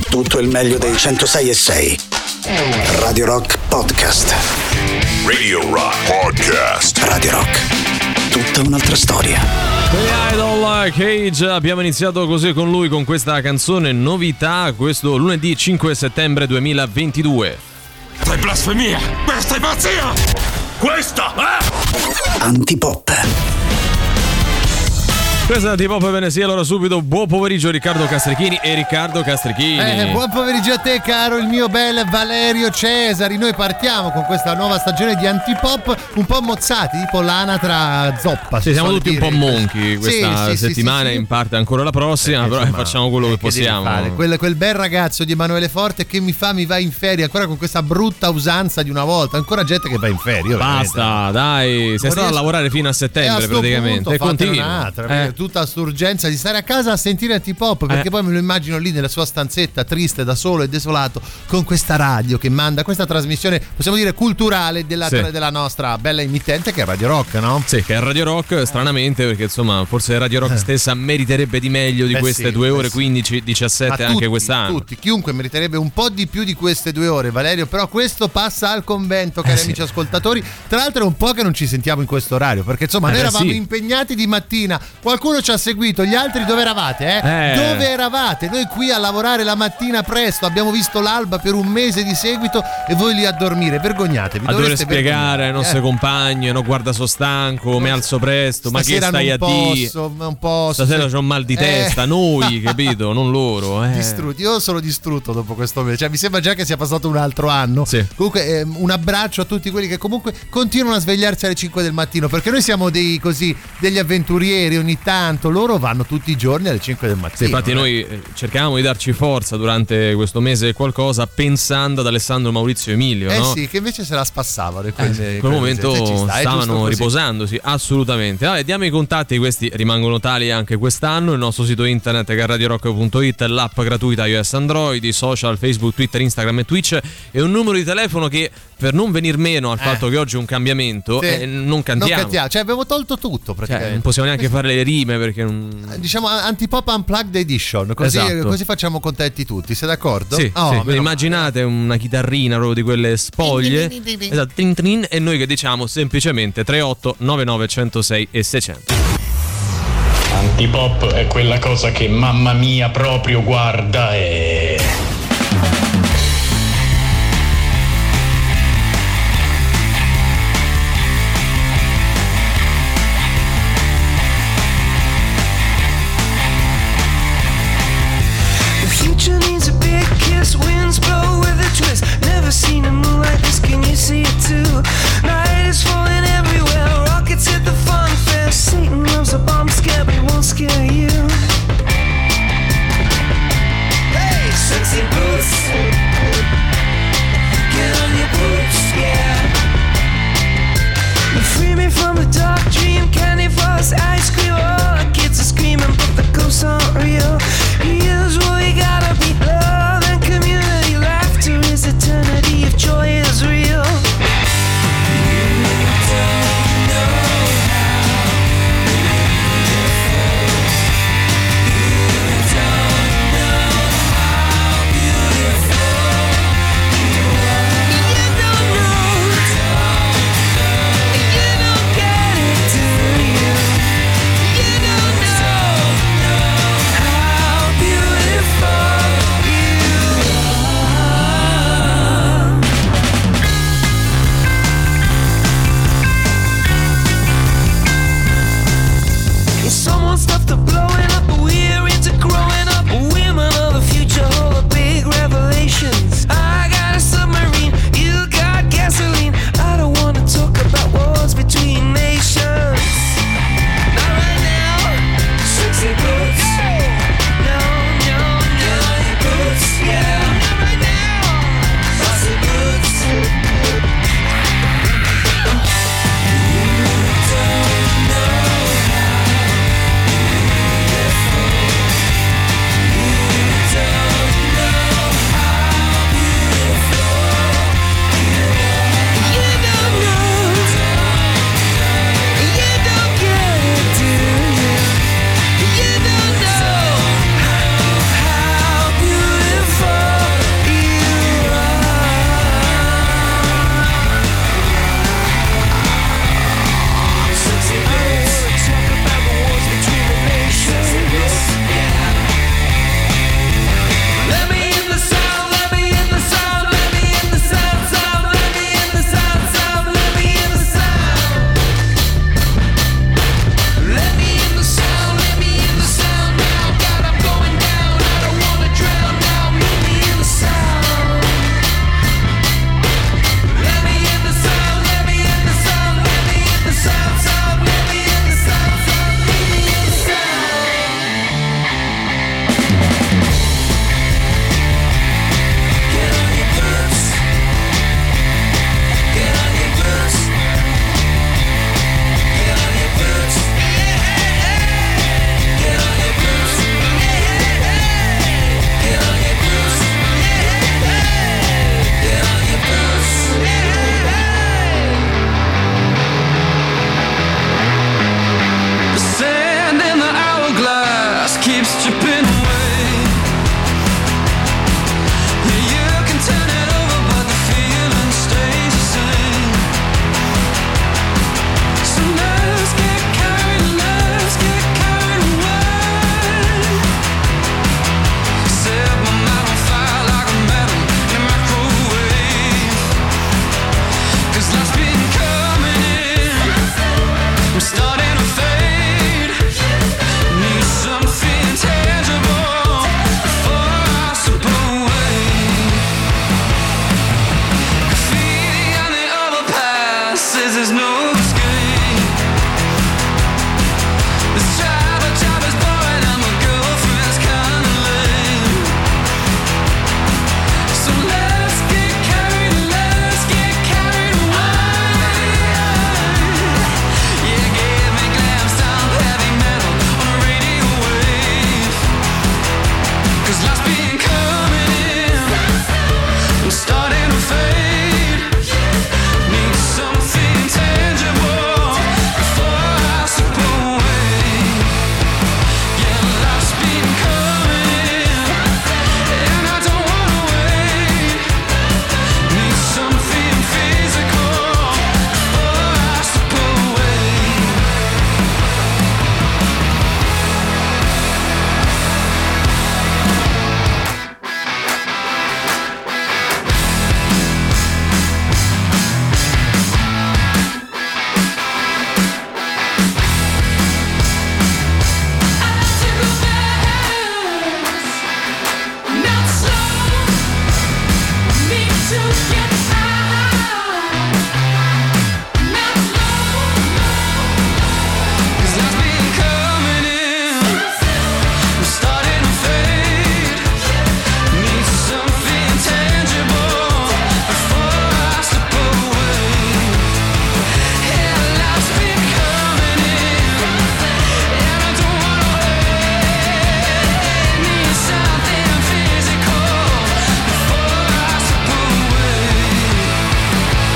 tutto il meglio dei 106.6. Radio Rock Podcast. Radio Rock Podcast. Radio Rock, tutta un'altra storia. The Idol Cage, abbiamo iniziato così con lui, con questa canzone novità, questo lunedì 5 settembre 2022. Questa è blasfemia! Questa è pazzia! Questa è Antipop. Questa è Antipop Venezia, allora subito buon pomeriggio Riccardo Castrichini e Riccardo Castrichini. Buon pomeriggio a te caro il mio bel Valerio Cesari. Noi partiamo con questa nuova stagione di Antipop un po' mozzati, tipo l'anatra zoppa. Sì, siamo tutti un po' monchi questa settimana, in parte ancora la prossima, però facciamo quello che possiamo. Quel bel ragazzo di Emanuele Forte che mi va in ferie ancora con questa brutta usanza di una volta, ancora gente che va in ferie. Basta, dai, sei stato a lavorare fino a settembre praticamente e continui. Tutta st'urgenza di stare a casa a sentire Antipop, perché poi me lo immagino lì nella sua stanzetta triste, da solo e desolato, con questa radio che manda questa trasmissione, possiamo dire culturale, della nostra bella emittente che è Radio Rock, no? Sì, che è Radio Rock, stranamente, perché insomma forse Radio Rock stessa meriterebbe di meglio di queste 2 ore 15, 17 anche quest'anno. Chiunque meriterebbe un po' di più di queste 2 ore, Valerio, però questo passa al convento, cari amici ascoltatori. Tra l'altro è un po' che non ci sentiamo in questo orario, perché insomma noi eravamo impegnati di mattina, qualcuno ci ha seguito, gli altri dove eravate? Dove eravate? Noi qui a lavorare la mattina presto, abbiamo visto l'alba per un mese di seguito e voi lì a dormire, vergognatevi. A dover spiegare ai nostri compagni, no, guarda so stanco, mi alzo presto, ma che stai a dire? Non posso. Stasera c'ho un mal di testa, noi, capito? Non loro. Distrutti, io sono distrutto dopo questo mese, cioè mi sembra già che sia passato un altro anno. Sì. Comunque un abbraccio a tutti quelli che comunque continuano a svegliarsi alle 5 del mattino, perché noi siamo degli avventurieri ogni tanto, loro vanno tutti i giorni alle 5 del mattino. Sì, infatti noi cercavamo di darci forza durante questo mese qualcosa pensando ad Alessandro, Maurizio e Emilio, no? Sì, che invece se la spassavano in quel momento stavano riposando, sì, assolutamente. Allora, diamo i contatti, questi rimangono tali anche quest'anno, il nostro sito internet che è radiorock.it, l'app gratuita iOS Android, i social Facebook, Twitter, Instagram e Twitch e un numero di telefono che, per non venir meno al fatto che oggi è un cambiamento, non cantiamo. Cioè abbiamo tolto tutto praticamente. Non possiamo neanche fare le rime perché diciamo Antipop Unplugged Edition, così facciamo contenti tutti, sei d'accordo? Sì, sì. Immaginate una chitarrina proprio di quelle spoglie, esatto, e noi che diciamo semplicemente 38 99 106 e 600. Antipop è quella cosa che mamma mia proprio guarda e... Winds blow with a twist. Never seen a moon like this. Can you see it too? Night is falling everywhere. Rockets hit the fun fair. Satan loves a bomb scare, but he won't scare you. Hey, sexy boots. Get on your boots, yeah. You free me from a dark dream. Candy floss, ice cream. All the kids are screaming, but the ghosts aren't real. Here's what we gotta be. Love and community.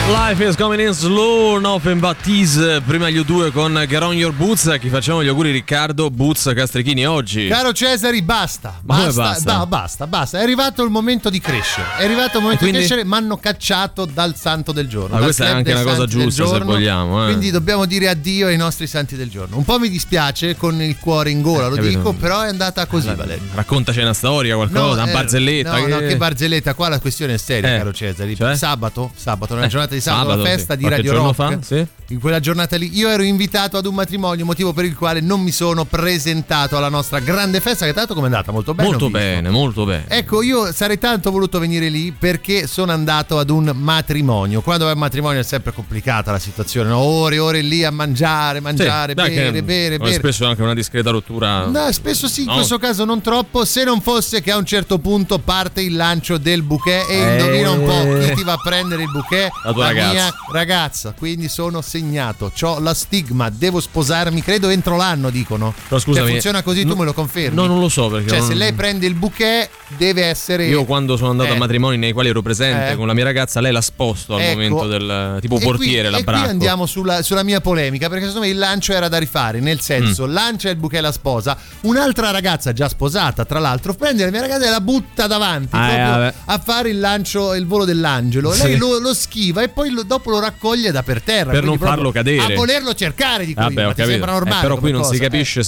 Life is coming in slow, nothing but tease. Prima gli U2 con Get on Your Boots. Chi facciamo gli auguri? Riccardo Boots Castrichini oggi. Caro Cesari, basta. Basta. È arrivato il momento di crescere. Di crescere. Mi hanno cacciato dal santo del giorno. Ma questa è anche una cosa giusta, se vogliamo. Quindi dobbiamo dire addio ai nostri santi del giorno. Un po' mi dispiace, con il cuore in gola, lo dico, però è andata così, Valerio. Raccontaci una storia, qualcosa, una barzelletta. No, che barzelletta. Qua la questione è seria, caro Cesari. Cioè? Sabato, nella giornata di sabato, la festa di Radio Rock. Fa? Sì. In quella giornata lì io ero invitato ad un matrimonio, motivo per il quale non mi sono presentato alla nostra grande festa, che tra l'altro come è andata? Molto bene. Molto bene. Ecco, io sarei tanto voluto venire lì perché sono andato ad un matrimonio. Quando è un matrimonio è sempre complicata la situazione, no? Ore e ore lì a mangiare, bere. Spesso anche una discreta rottura. No, spesso sì, in questo caso non troppo, se non fosse che a un certo punto parte il lancio del bouquet e indovina un po' chi ti va a prendere il bouquet? La mia ragazza, quindi sono segnato, c'ho la stigma, devo sposarmi, credo entro l'anno, dicono. Però scusami, funziona così, tu me lo confermi? No, non lo so perché. Se lei prende il bouquet deve essere. Io quando sono andato a matrimoni nei quali ero presente con la mia ragazza, lei l'ha sposto al momento del tipo portiere, la bracco. E qui andiamo sulla mia polemica, perché secondo me il lancio era da rifare, nel senso lancia il bouquet la sposa, un'altra ragazza già sposata tra l'altro prende la mia ragazza e la butta davanti proprio a fare il lancio, il volo dell'angelo. Lei lo schiva e poi dopo lo raccoglie da per terra per non farlo cadere, a volerlo cercare di qui. Ma ti sembra normale, però qui non si capisce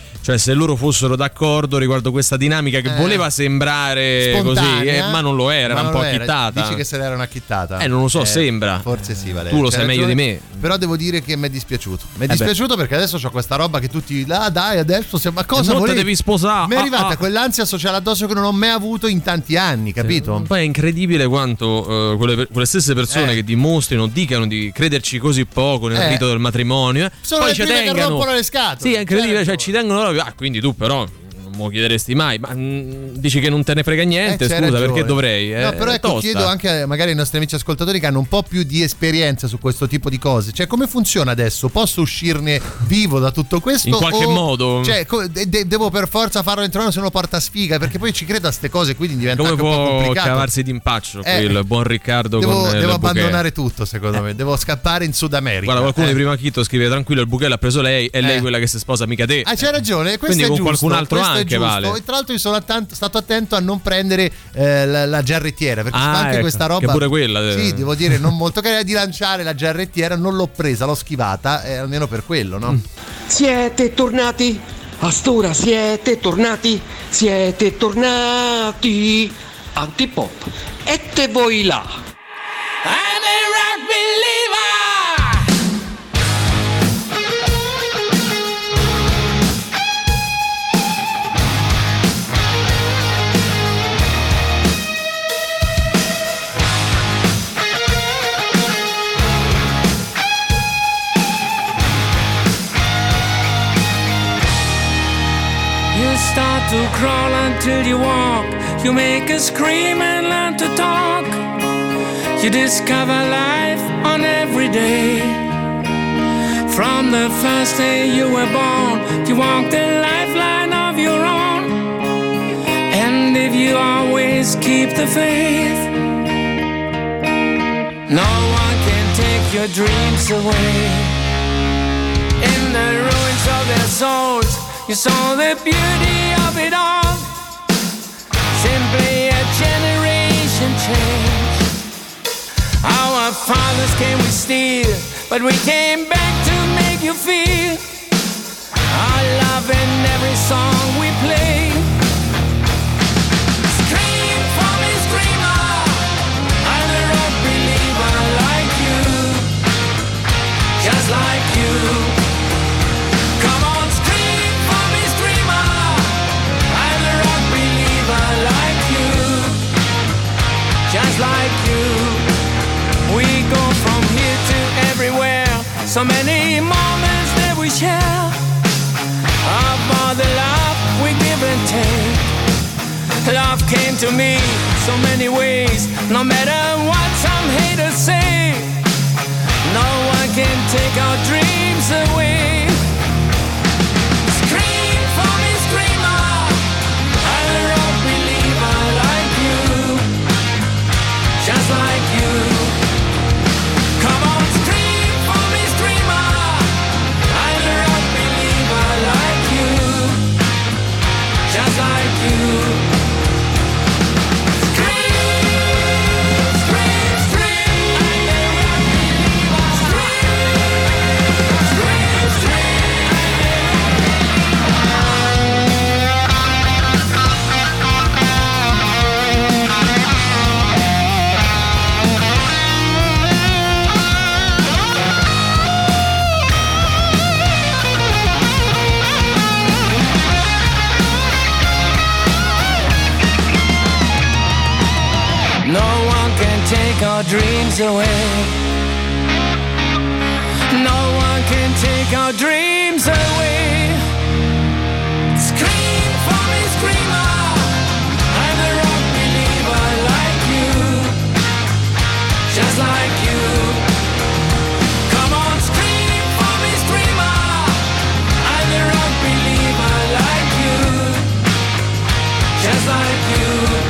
se loro fossero d'accordo riguardo questa dinamica che voleva sembrare spontanea, così, ma non lo era, un po' acchittata. Dici che se l'erano acchittata? Non lo so, sembra. Forse sì, Valerio. Tu lo sai meglio di me. Però devo dire che mi è dispiaciuto. Mi è dispiaciuto perché adesso c'ho questa roba che tutti dai, adesso ma cosa non volevi? Te devi sposare. Mi è arrivata quell'ansia sociale addosso che non ho mai avuto in tanti anni, capito? Poi è incredibile quanto quelle stesse persone che dicano di crederci così poco nel rito del matrimonio, sono poi le ci prime che rompono le scatole. Sì, è incredibile, ci tengono loro. Quindi tu però non me lo chiederesti mai, ma dici che non te ne frega niente, scusa, ragione. Perché dovrei? No, però ecco, chiedo anche magari ai nostri amici ascoltatori che hanno un po' più di esperienza su questo tipo di cose, cioè come funziona adesso? Posso uscirne vivo da tutto questo? In qualche modo? Cioè, devo per forza farlo entro l'anno, se no porta sfiga, perché poi ci credo a ste cose, quindi diventa come anche un po' complicato. Come può cavarsi d'impaccio il buon Riccardo devo abbandonare tutto, secondo me, devo scappare in Sud America. Guarda, qualcuno di prima Chito scrive tranquillo, il bouquet l'ha preso lei e lei quella che si sposa, mica te. C'hai ragione, questo quindi è con giusto, qualcun altro anche vale. E tra l'altro io sono stato attento a non prendere la giarrettiera, perché anche questa roba che pure quella sì, devo dire non molto carina, di lanciare la giarrettiera, non l'ho presa, l'ho schivata, almeno per quello, no? Siete tornati a st'ora, siete tornati Antipop, e te voi là. I'm a rock believer. Start to crawl until you walk. You make a scream and learn to talk. You discover life on every day. From the first day you were born, you walk the lifeline of your own. And if you always keep the faith, no one can take your dreams away. In the ruins of their souls, you saw the beauty of it all. Simply a generation change. Our fathers came with steel, but we came back to make you feel our love in every song we play. Scream for me, screamer, I'm a rock believer like you, just like you. Just like you, we go from here to everywhere. So many moments that we share, of all the love we give and take. Love came to me so many ways, no matter what some haters say. No one can take our dreams away. Scream for me, screamer, I'm a rock believer like you. Just like you, No one can take our dreams away. No one can take our dreams away. Scream for me, screamer. I'm a rock believer like you, just like you. Come on, scream for me, screamer. I'm a rock believer like you, just like you.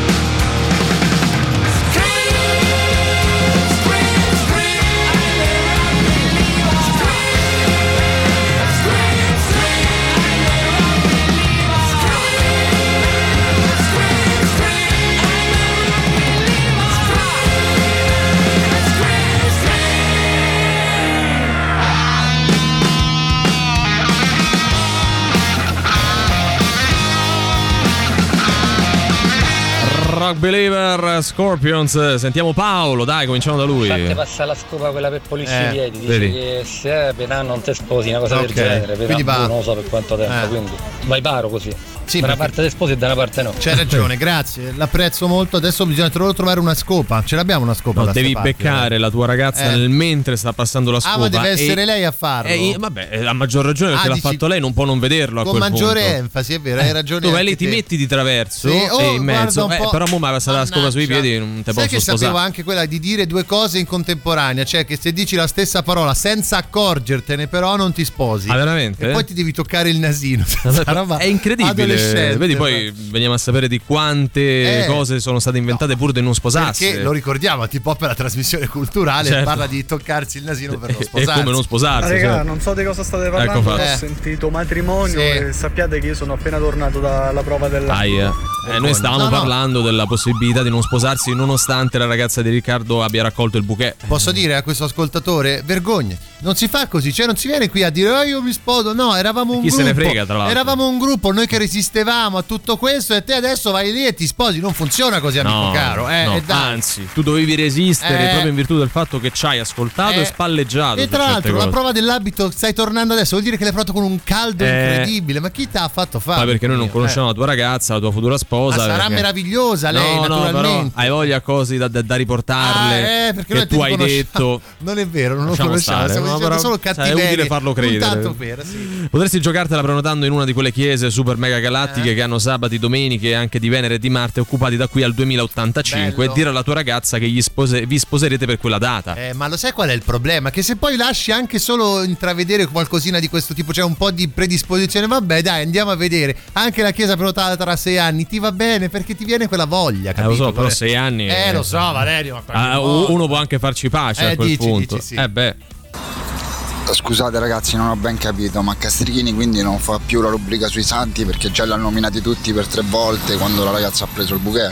Rock Believer, Scorpions. Sentiamo Paolo, dai, cominciamo da lui. Fate passare la scopa quella per pulirsi i piedi. Dice che se per anno non ti sposi, una cosa del genere. Per anno, non lo so per quanto tempo, quindi vai paro così. Sì, da una parte ti sposi e da una parte no. C'hai ragione, grazie, l'apprezzo molto. Adesso bisogna trovare una scopa. Ce l'abbiamo una scopa? No, devi beccare la tua ragazza nel mentre sta passando la scopa. Ma deve essere lei a farlo. Vabbè, a maggior ragione perché l'ha fatto lei, non può non vederlo a con quel maggiore punto. enfasi, è vero, hai ragione. Dove lei ti metti di traverso e in mezzo, però mo' mai passare la scopa sui piedi, non te posso sposare. Sai che sapevo anche quella di dire due cose in contemporanea, cioè che se dici la stessa parola senza accorgertene, però non ti sposi. Ah, veramente? E poi ti devi toccare il nasino. Roba è incredibile. Vedi, poi veniamo a sapere di quante cose sono state inventate pur di non sposarsi. Perché lo ricordiamo, tipo per la trasmissione culturale parla di toccarsi il nasino per non sposarsi. E come non sposarsi. Raga, non so di cosa state parlando, ho sentito matrimonio e sappiate che io sono appena tornato dalla prova dell'anno. Noi stavamo parlando della possibilità di non sposarsi nonostante la ragazza di Riccardo abbia raccolto il bouquet. Posso dire a questo ascoltatore, vergogna, non si fa così, cioè non si viene qui a dire io mi sposo, no, eravamo un gruppo. Chi se ne frega, tra l'altro. Eravamo un gruppo, noi che resistevamo a tutto questo e te adesso vai lì e ti sposi, non funziona così, amico caro. Anzi, tu dovevi resistere proprio in virtù del fatto che ci hai ascoltato e spalleggiato. E tra l'altro la prova dell'abito stai tornando adesso, vuol dire che l'hai provato con un caldo incredibile, ma chi ti ha fatto fare? Ma perché noi non conosciamo la tua ragazza, la tua futura sposa. Ma sarà meravigliosa lei, naturalmente. Però hai voglia cose da riportarle perché che tu hai detto. Non è vero, non lo conosciamo, stiamo dicendo solo cattiverie. È utile farlo credere. Potresti giocartela prenotando in una di quelle chiese super mega galattiche che hanno sabati, domeniche e anche di Venere e di Marte occupati da qui al 2085 e dire alla tua ragazza che vi sposerete per quella data. Ma lo sai qual è il problema? Che se poi lasci anche solo intravedere qualcosina di questo tipo, cioè un po' di predisposizione, vabbè dai, andiamo a vedere. Anche la chiesa prenotata tra 6 anni ti va bene perché ti viene quella voglia, capito? Lo so, però 6 anni. Lo so, Valerio. Uno può anche farci pace a quel punto. Dici, sì. Scusate ragazzi, non ho ben capito, ma Castrichini quindi non fa più la rubrica sui santi perché già li hanno nominati tutti per 3 volte quando la ragazza ha preso il bouquet?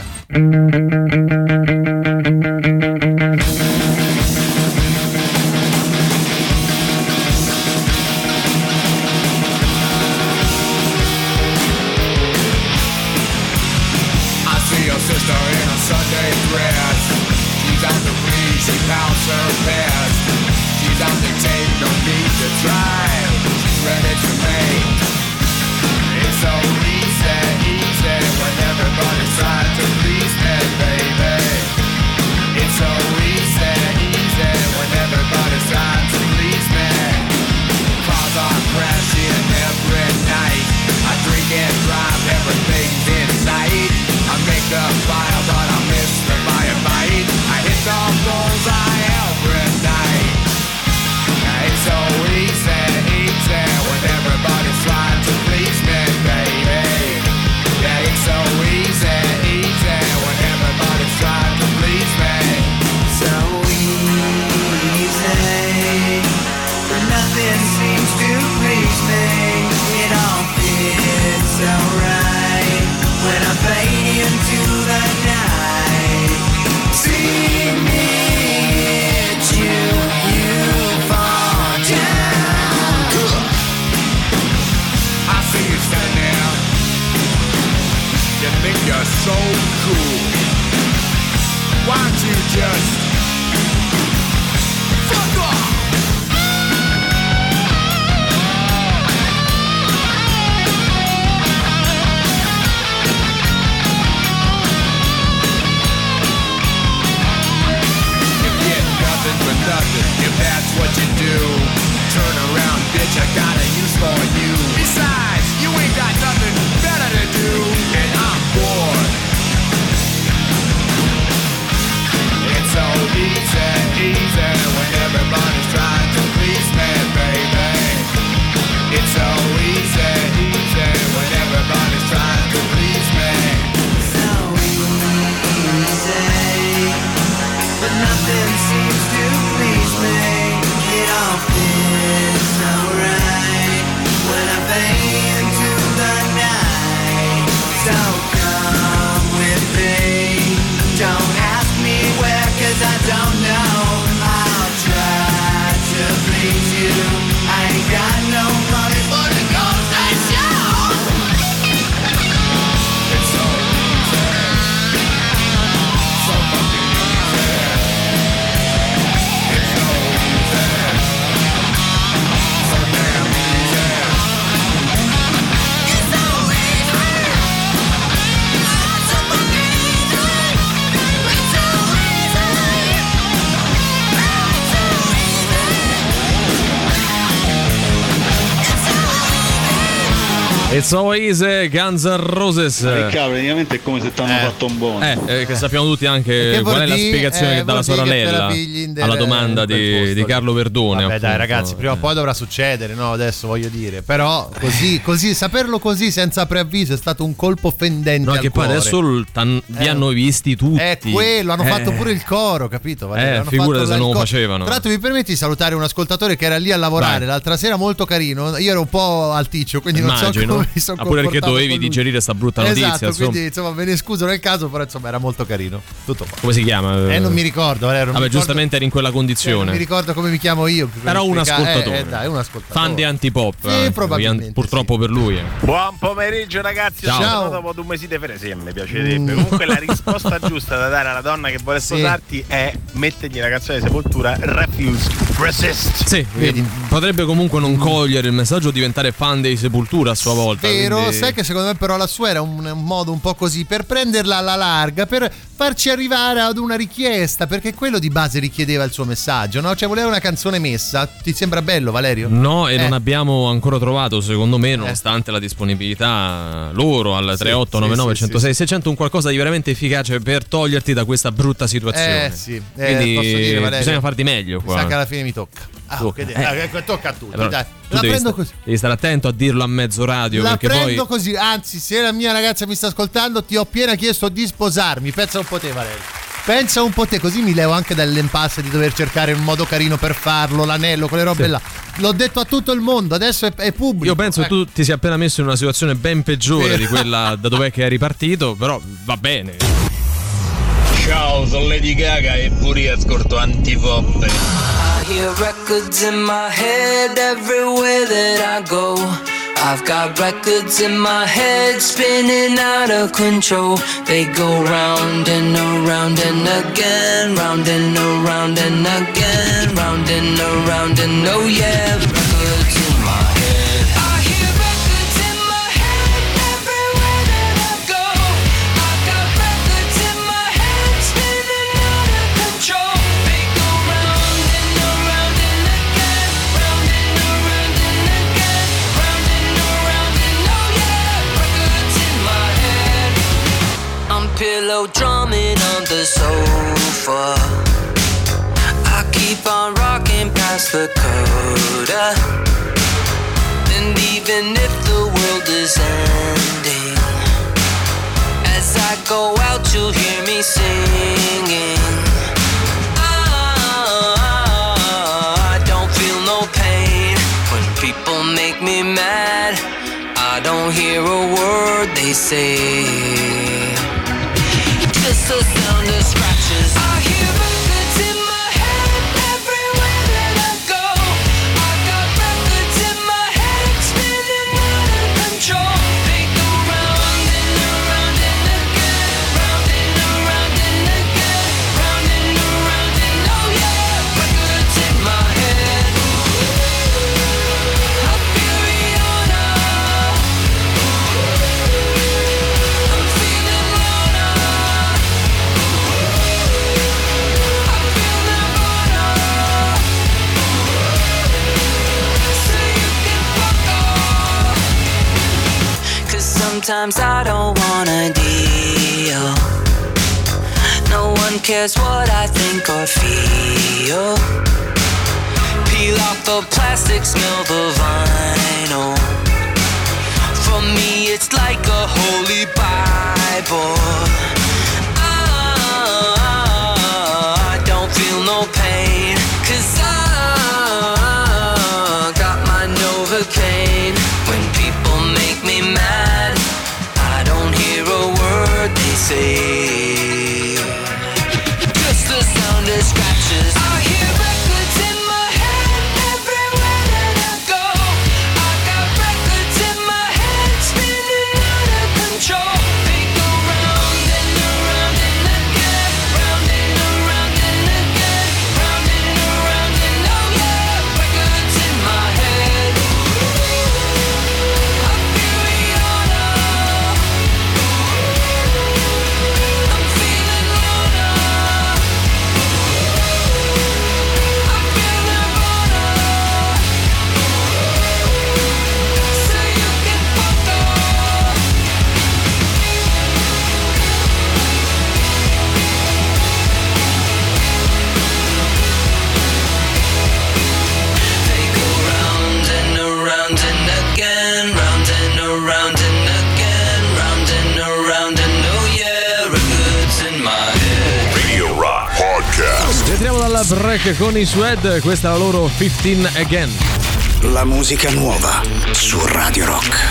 It's so easy, Guns N' Roses. Praticamente è come se ti hanno fatto un buono. Sappiamo tutti anche qual è la spiegazione che dà la sorella alla domanda di Carlo Verdone. Vabbè, dai, ragazzi, prima o poi dovrà succedere, no? Adesso voglio dire, però così saperlo così senza preavviso è stato un colpo fendente. No, che poi adesso vi hanno visti tutti. È quello, hanno fatto pure il coro, capito? Figurati se non lo facevano. Tra l'altro, mi permetti di salutare un ascoltatore che era lì a lavorare l'altra sera, molto carino. Io ero un po' alticcio, quindi immagino. Non so come mi sono comportato. Pure perché dovevi digerire sta brutta notizia. Esatto, quindi insomma me ne scuso nel caso, però insomma era molto carino. Tutto qua. Come si chiama? Non mi ricordo. Vabbè, giustamente eri in quella condizione. Non mi ricordo come mi chiamo io. Era un ascoltatore. Dai, un ascoltatore. Fan di Antipop. Sì, probabilmente. Purtroppo per lui. Buon pomeriggio, ragazzi. Ciao. Dopo 2 mesi di ferie, sì, mi piacerebbe. Comunque la risposta giusta da dare alla donna che vuole sposarti è mettergli la canzone di Sepoltura, Refuse, Resist. Sì, potrebbe comunque non cogliere il messaggio o diventare fan dei Sepoltura a sua volta. Vero, quindi... sai che secondo me però la sua era un modo un po' così per prenderla alla larga, per farci arrivare ad una richiesta, perché quello di base richiedeva il suo messaggio, no? Cioè voleva una canzone messa. Ti sembra bello, Valerio? No, e non abbiamo ancora trovato, secondo me, nonostante la disponibilità loro al 3899 106 600, un qualcosa di veramente efficace per toglierti da questa brutta situazione. Quindi posso dire, Valerio, bisogna far di meglio qua. Mi sa che alla fine mi tocca. Tocca a tutti, dai. La prendo così. Devi stare attento a dirlo a mezzo radio. La perché prendo poi... così. Anzi, se la mia ragazza mi sta ascoltando, ti ho appena chiesto di sposarmi. Pensa un po' te, Valerio. Pensa un po' te, così mi levo anche dall'impasse di dover cercare un modo carino per farlo, l'anello, quelle robe là. L'ho detto a tutto il mondo, adesso è pubblico. Io penso che tu ti sia appena messo in una situazione ben peggiore di quella da dov'è che è ripartito, però va bene. Ciao, sono Lady Gaga e pure io ascolto Antipop. I hear records in my head everywhere that I go. I've got records in my head spinning out of control. They go round and around and again, round and around and again, round and around and oh yeah, records in my head. I hear records in my head everywhere that I go. I've got records in my head spinning out of control. They go round and around and again, round and around and again, round and around and oh yeah, records in my head. I'm pillow drumming on the sofa. I keep on rocking past the coda. And even if the world is ending, as I go out you'll hear me singing. I don't feel no pain when people make me mad. I don't hear a word they say, just the sound of scratches. I hear records in my head everywhere that I go. I've got records in my head spinning out of control. They go round and around and again, round and around and again, round and around and oh yeah, records in my head. I feel Rihanna, I'm feeling Lana, I feel Nirvana, so you can fuck off. 'Cause sometimes I don't wanna deal. No one cares what I think or feel. Peel off the plastic, smell the vinyl. For me it's like a holy Bible. I don't feel no pain, 'cause I got my Novocaine. When people make me mad, I don't hear a word they say, just the sound of scratches. I hear records in my head everywhere that I go. I've got records in my head spinning out of control. They go round and around. Podcast. Entriamo dalla break con i Suede, questa è la loro 15 Again. La musica nuova su Radio Rock.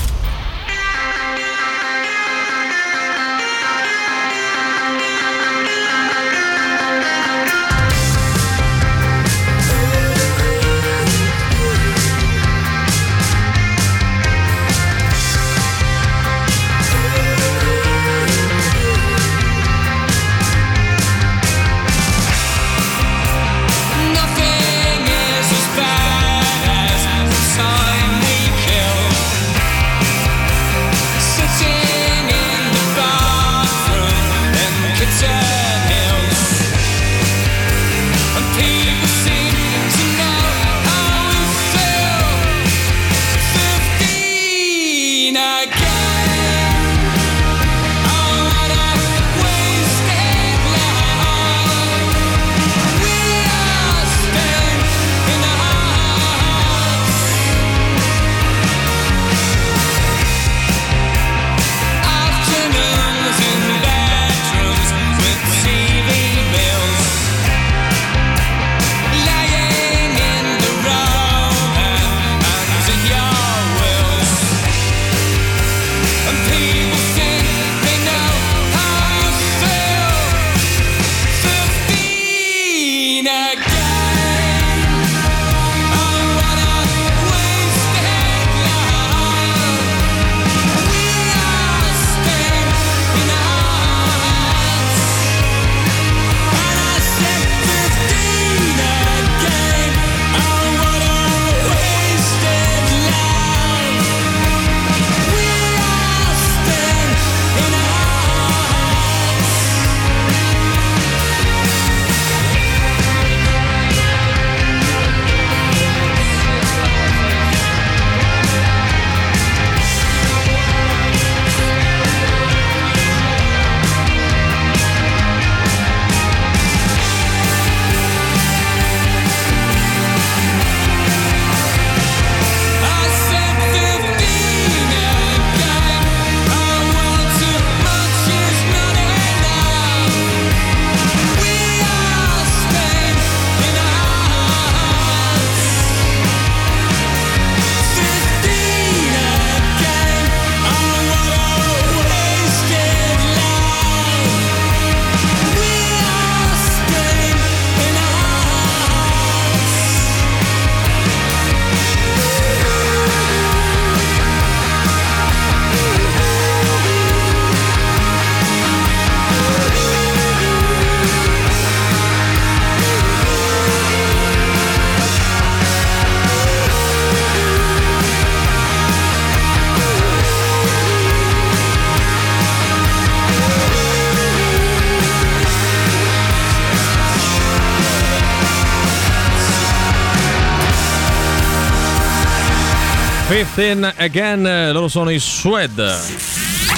Fifteen Again, loro sono i Suede.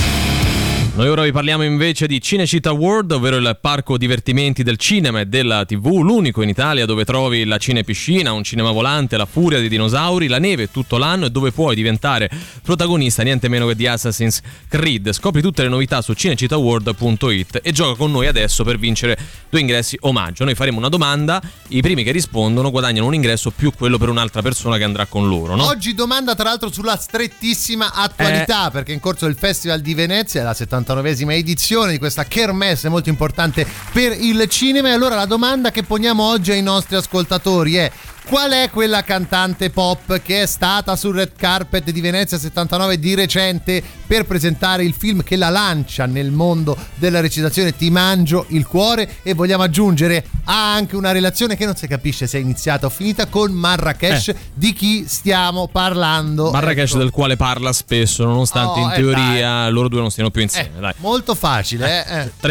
Noi ora vi parliamo invece di Cinecittà World, ovvero il parco divertimenti del cinema e della TV, l'unico in Italia dove trovi la cinepiscina, un cinema volante, la furia dei dinosauri, la neve tutto l'anno e dove puoi diventare protagonista niente meno che di Assassin's Creed. Scopri tutte le novità su cinecittàworld.it e gioca con noi adesso per vincere 2 ingressi omaggio. Noi faremo una domanda, i primi che rispondono guadagnano un ingresso più quello per un'altra persona che andrà con loro, no? Oggi domanda tra l'altro sulla strettissima attualità, perché è in corso il Festival di Venezia, la 79esima edizione di questa kermesse molto importante per il cinema. E allora la domanda che poniamo oggi ai nostri ascoltatori è: qual è quella cantante pop che è stata sul red carpet di Venezia 79 di recente per presentare il film che la lancia nel mondo della recitazione? Ti mangio il cuore. E vogliamo aggiungere, ha anche una relazione che non si capisce se è iniziata o finita con Marrakesh. Di chi stiamo parlando? Marrakesh, ecco, del quale parla spesso, nonostante in teoria loro due non stiano più insieme. Dai. Molto facile.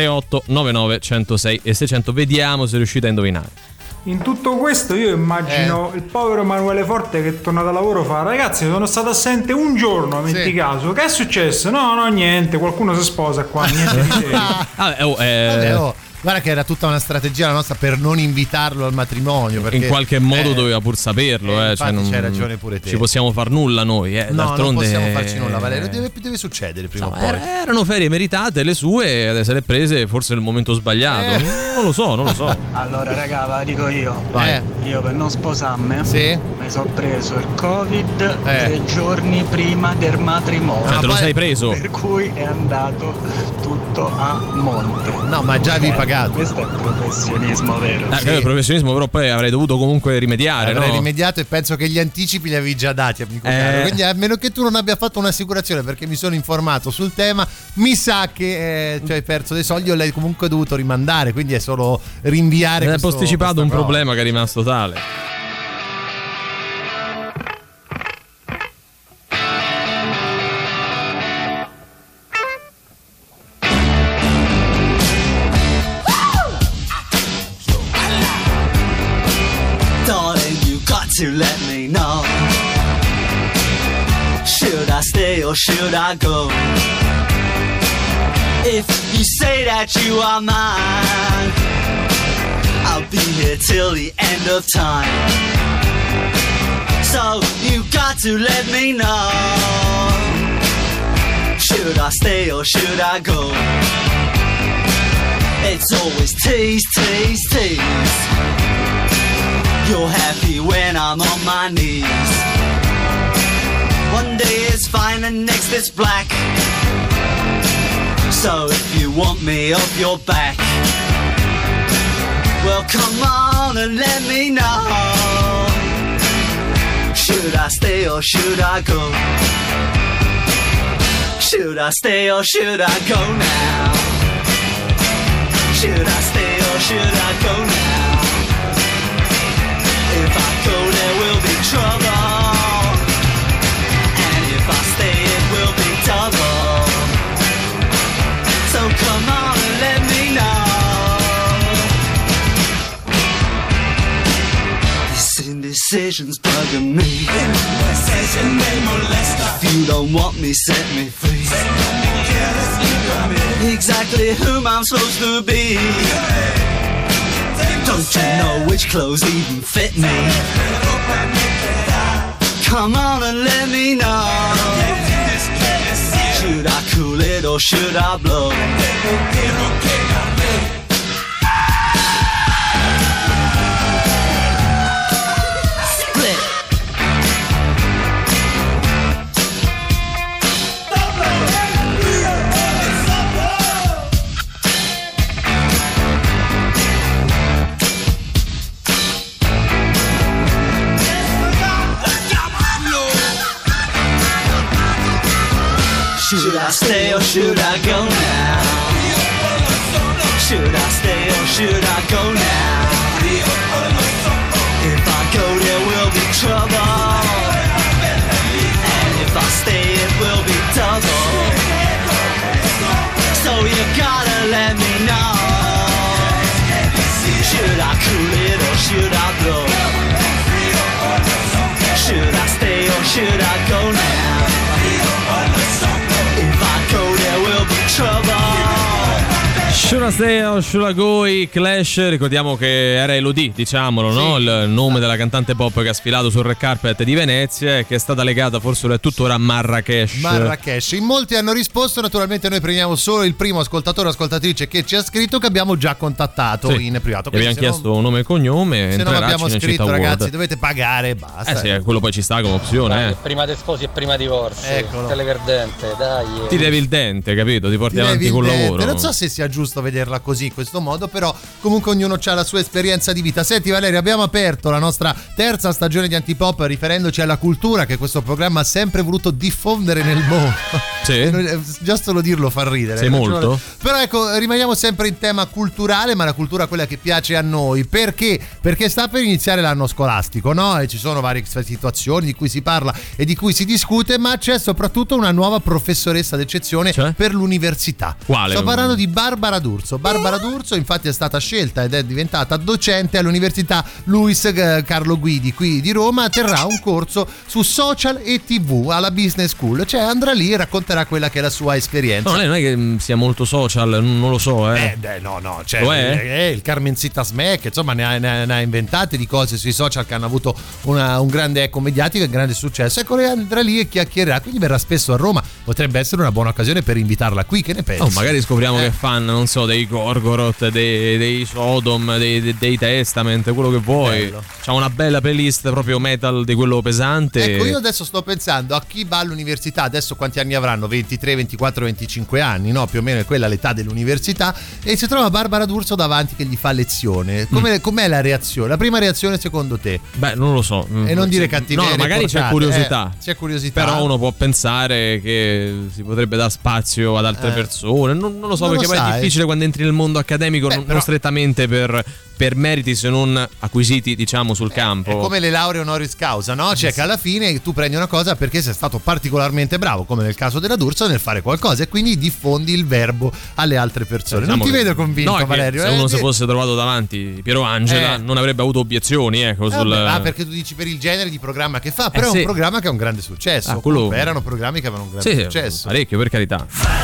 3899 106 e 600. Vediamo se riuscite a indovinare. In tutto questo io immagino il povero Emanuele Forte che torna da lavoro fa: ragazzi, sono stato assente un giorno, metti caso, che è successo? No, niente, qualcuno si sposa qua, niente di serio. Guarda che era tutta una strategia la nostra per non invitarlo al matrimonio, perché in qualche modo doveva pur saperlo, cioè non c'hai ragione pure te. Ci possiamo far nulla noi, no, d'altronde non possiamo farci nulla, Valerio, deve succedere prima o poi. Erano ferie meritate le sue, adesso le prese forse nel momento sbagliato. Non lo so. Allora raga, la dico io. Io per non sposarmi mi sono preso il Covid 3 giorni prima del matrimonio. Te lo sei preso? Per cui è andato tutto a monte. No, ma già vi pagato. Questo è professionismo vero. Il professionismo, però poi avrei dovuto comunque rimediare. Avrei rimediato, e penso che gli anticipi li avevi già dati, amico caro. Quindi a meno che tu non abbia fatto un'assicurazione, perché mi sono informato sul tema, mi sa che hai perso dei soldi o l'hai comunque dovuto rimandare, quindi è solo rinviare. È posticipato un problema che è rimasto tale. To let me know, should I stay or should I go? If you say that you are mine, I'll be here till the end of time. So you got to let me know, should I stay or should I go? It's always tease, tease, tease. You're happy when I'm on my knees. One day it's fine and next it's black. So if you want me off your back, well come on and let me know, should I stay or should I go? Should I stay or should I go now? Should I stay or should I go now? If I go there will be trouble, and if I stay it will be double. So come on and let me know. This indecision's bugging me. If you don't want me, set me free. Exactly whom I'm supposed to be. Don't you know which clothes even fit me? Come on and let me know, should I cool it or should I blow? Should I stay or should I go now? Should I stay or should I go now? If I go there will be trouble, and if I stay it will be double. So you gotta let me know, should I cool it or should I blow? Should I stay or should I go now? If I go there will be trouble. Should I Stay or Should I Go, i Clash. Ricordiamo che era Elodie, diciamolo, no? Il nome della cantante pop che ha sfilato sul red carpet di Venezia e che è stata legata forse è tuttora a Marrakesh. In molti hanno risposto, naturalmente noi prendiamo solo il primo ascoltatore o ascoltatrice che ci ha scritto, che abbiamo già contattato in privato. Abbiamo chiesto nome e cognome. Se non abbiamo scritto, ragazzi, dovete pagare e basta. Sì, quello poi ci sta come opzione. Prima te sposi e prima divorzi. Eccolo. Te levi il dente, dai. Ti levi il dente, capito? Ti porti avanti col lavoro. Non so se sia giusto vederla così, in questo modo, però comunque ognuno ha la sua esperienza di vita. Senti Valerio, abbiamo aperto la nostra terza stagione di Antipop riferendoci alla cultura che questo programma ha sempre voluto diffondere nel mondo. Sì. Già solo dirlo fa ridere. Sei molto. Però ecco, rimaniamo sempre in tema culturale, ma la cultura quella che piace a noi. Perché? Perché sta per iniziare l'anno scolastico, no? E ci sono varie situazioni di cui si parla e di cui si discute, ma c'è soprattutto una nuova professoressa d'eccezione per l'università. Quale? Sto parlando di Barbara D'Urso. Barbara D'Urso infatti è stata scelta ed è diventata docente all'Università Luis Carlo Guidi qui di Roma. Terrà un corso su social e TV alla Business School, cioè andrà lì e racconterà quella che è la sua esperienza. No, lei non è che sia molto social, non lo so. No, cioè il Carmencita Smack, insomma ne ha inventate di cose sui social che hanno avuto un grande eco mediatico e un grande successo. Ecco, lei andrà lì e chiacchiererà, quindi verrà spesso a Roma. Potrebbe essere una buona occasione per invitarla qui, che ne pensi? Magari scopriamo che fan, non so, dei Gorgoroth, dei Sodom, dei Testament, quello che vuoi. C'ha una bella playlist proprio metal di quello pesante. Ecco, io adesso sto pensando a chi va all'università, adesso quanti anni avranno? 23, 24, 25 anni, no? Più o meno è quella l'età dell'università, e si trova Barbara D'Urso davanti che gli fa lezione. Com'è la reazione? La prima reazione secondo te? Beh, non lo so. E non dire cattiveria. No, magari c'è curiosità. C'è curiosità. Però uno può pensare che si potrebbe dare spazio ad altre persone. Non lo so, perché poi è difficile quando entri nel mondo accademico, non strettamente per meriti, se non acquisiti, diciamo, sul campo. È come le lauree honoris causa, no? Cioè che alla fine tu prendi una cosa perché sei stato particolarmente bravo, come nel caso della D'Urso, nel fare qualcosa, e quindi diffondi il verbo alle altre persone. Diciamo, non ti vedo convinto, no, Valerio. Se uno si fosse trovato davanti Piero Angela non avrebbe avuto obiezioni, ecco. Perché tu dici per il genere di programma che fa, però è un programma che ha un grande successo. Erano programmi che avevano un grande successo. Parecchio, per carità.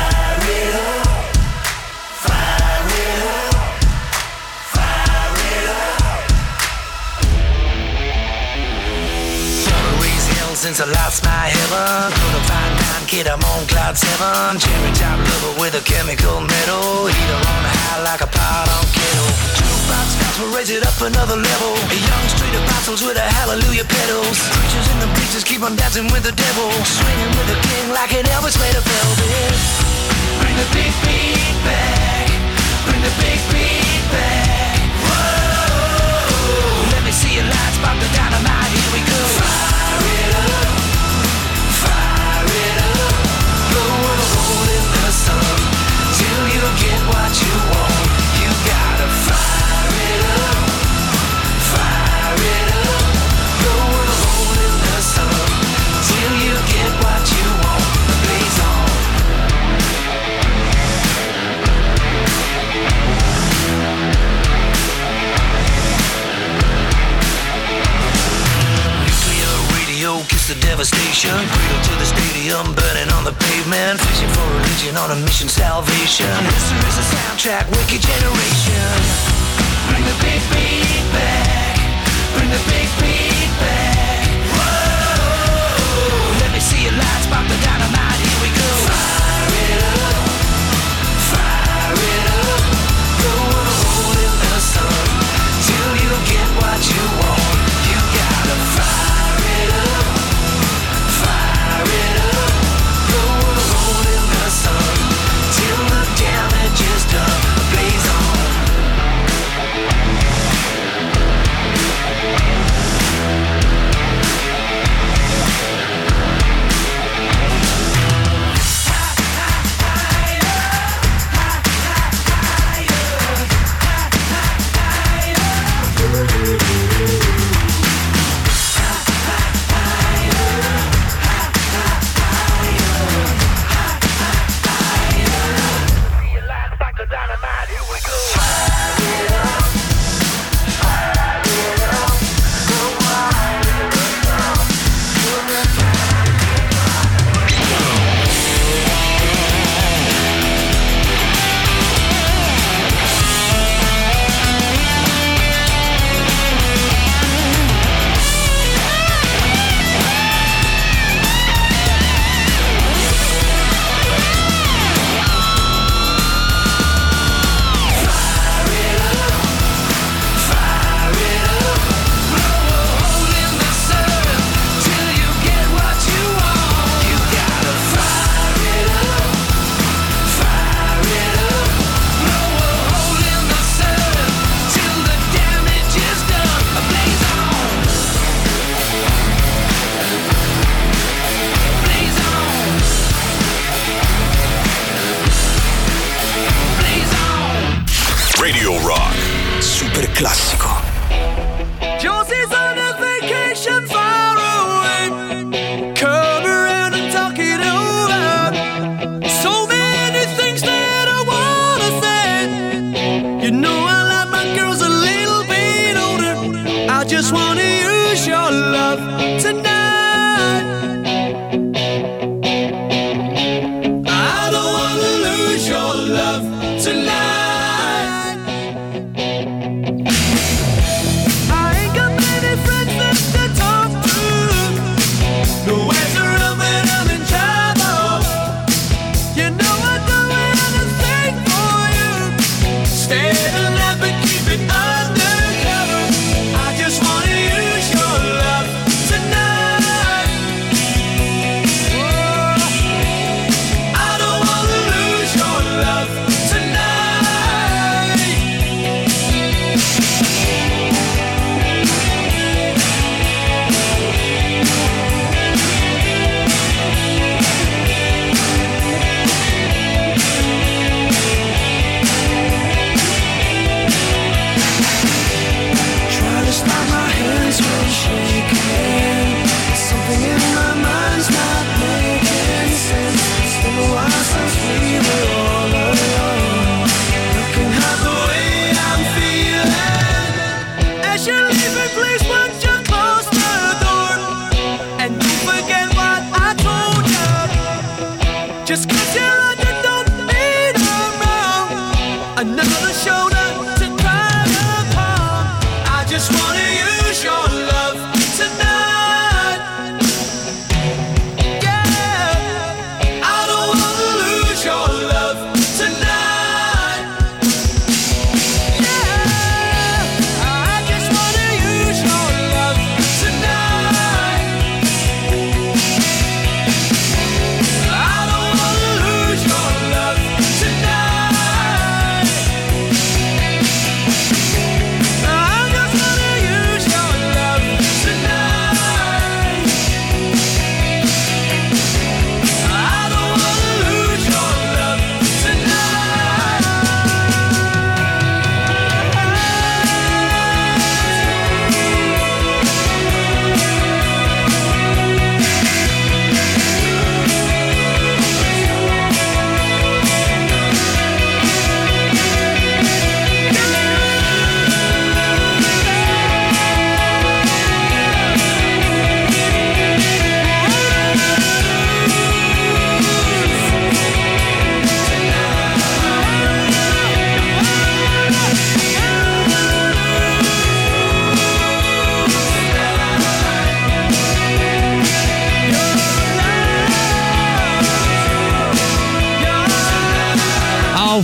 Since I lost my heaven, couldn't find 9 kid, I'm on cloud 7. Cherry top lover with a chemical metal, heater on high like a pot on kettle. Jukebox gospel, raise it up another level. A young street apostles with a hallelujah pedals. Preachers in the bleachers keep on dancing with the devil, swinging with the king like an Elvis made of velvet. Bring the big beat back, bring the big beat back. Whoa, let me see your lights, spark the dynamite, here we go. Fire it up, fire it up. Blow a hole in the sun till you get what you want. You gotta fire it up, fire it up. Blow a hole in the sun till you get what you want. Blaze on. Kiss the devastation, cradle to the stadium, burning on the pavement, fishing for religion on a mission, salvation. History is a soundtrack, wicked generation. Bring the big beat back, bring the big beat back. Whoa, let me see your lights, spark the dynamite, here we go. Fire it up, fire it up. Blow a hole in the sun till you get what you want. You gotta fire. Till the damage is done, blaze on.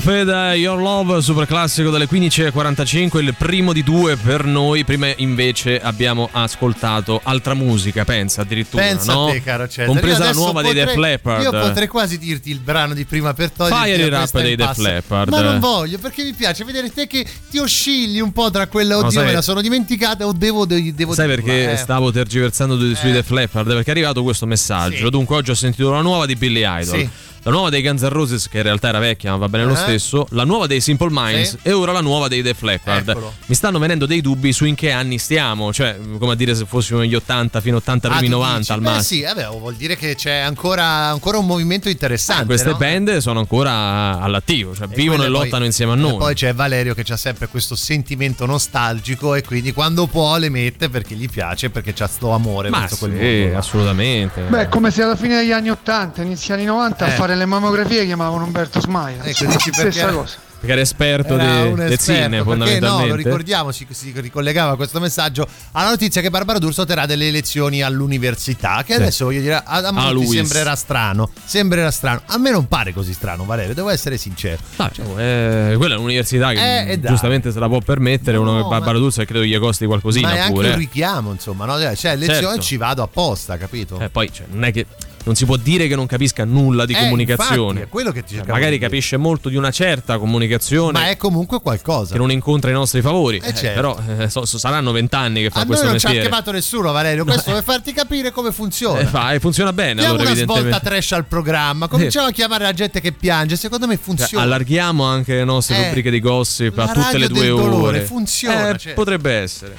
Fed, Your Love, super classico delle 15:45, il primo di due per noi. Prima invece abbiamo ascoltato altra musica, pensa addirittura, pensa no? A te, caro Cesare. Compresa la nuova dei Def Leppard. Io potrei quasi dirti il brano di prima per togliere Fire It Up dei Def Leppard. Ma non voglio, perché mi piace vedere te che ti oscilli un po' tra quella, oddio, no, me la sono dimenticata o devo sai perché stavo tergiversando sui Def Leppard? Perché è arrivato questo messaggio. Sì. Dunque oggi ho sentito la nuova di Billy Idol. Sì. La nuova dei Guns N' Roses, che in realtà era vecchia ma va bene lo stesso, la nuova dei Simple Minds e ora la nuova dei Def Leppard. Eccolo. Mi stanno venendo dei dubbi su in che anni stiamo, cioè come a dire se fossimo negli 80 fino 80 primi 90 dici? Al massimo. Sì, vuol dire che c'è ancora un movimento interessante. Queste band sono ancora all'attivo, cioè vivono e lottano insieme a noi. E poi c'è Valerio che ha sempre questo sentimento nostalgico e quindi quando può le mette perché gli piace, perché c'ha sto amore verso quel mondo. Assolutamente. Beh, come se alla fine degli anni 80, inizi anni 90 a fare le mammografie chiamavano Umberto Smaia. Ecco, dici stessa cosa. Perché era esperto del cine, fondamentalmente. No, lo ricordiamo, si ricollegava questo messaggio alla notizia che Barbara D'Urso terrà delle elezioni all'università, che adesso voglio dire a molti sembrerà strano. A me non pare così strano, Valerio, devo essere sincero. Quella è un'università che giustamente se la può permettere, uno che Barbara D'Urso, e credo gli costi qualcosina pure. Ma è anche un richiamo, insomma, no? Cioè, lezioni ci vado apposta, capito? Poi non è che non si può dire che non capisca nulla di comunicazione. Infatti, è quello che ti cercavo magari capisce molto di una certa comunicazione, ma è comunque qualcosa che non incontra i nostri favori. Certo. Però saranno 20 anni che fa questo mestiere. A noi non ci ha chiamato nessuno, Valerio. Questo per farti capire come funziona. Funziona bene. Diamo allora, una svolta trash al programma. Cominciamo a chiamare la gente che piange. Secondo me funziona. Allarghiamo anche le nostre rubriche di gossip a tutte le 2 ore. Dolore, funziona. Potrebbe essere.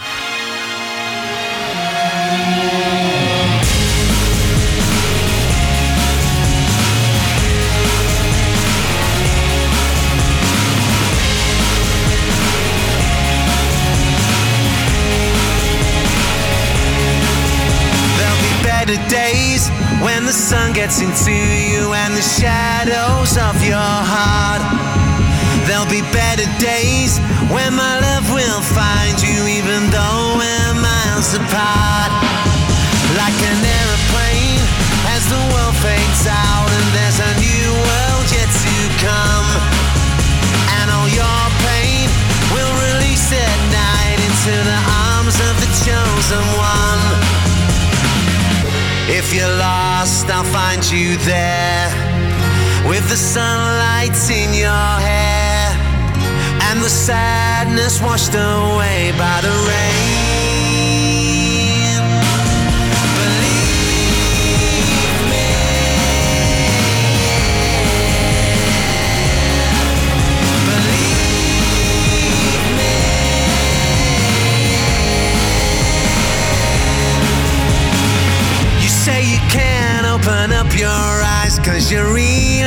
Days when the sun gets into you and the shadows of your heart. There'll be better days when my love will find you even though we're miles apart. Like an airplane as the world fades out and there's a new world yet to come. And all your pain will release at night into the arms of the chosen one. If you're lost, I'll find you there, with the sunlight in your hair, and the sadness washed away by the rain. Believe me, believe me. You say you can't open up your eyes 'cause you're reeling.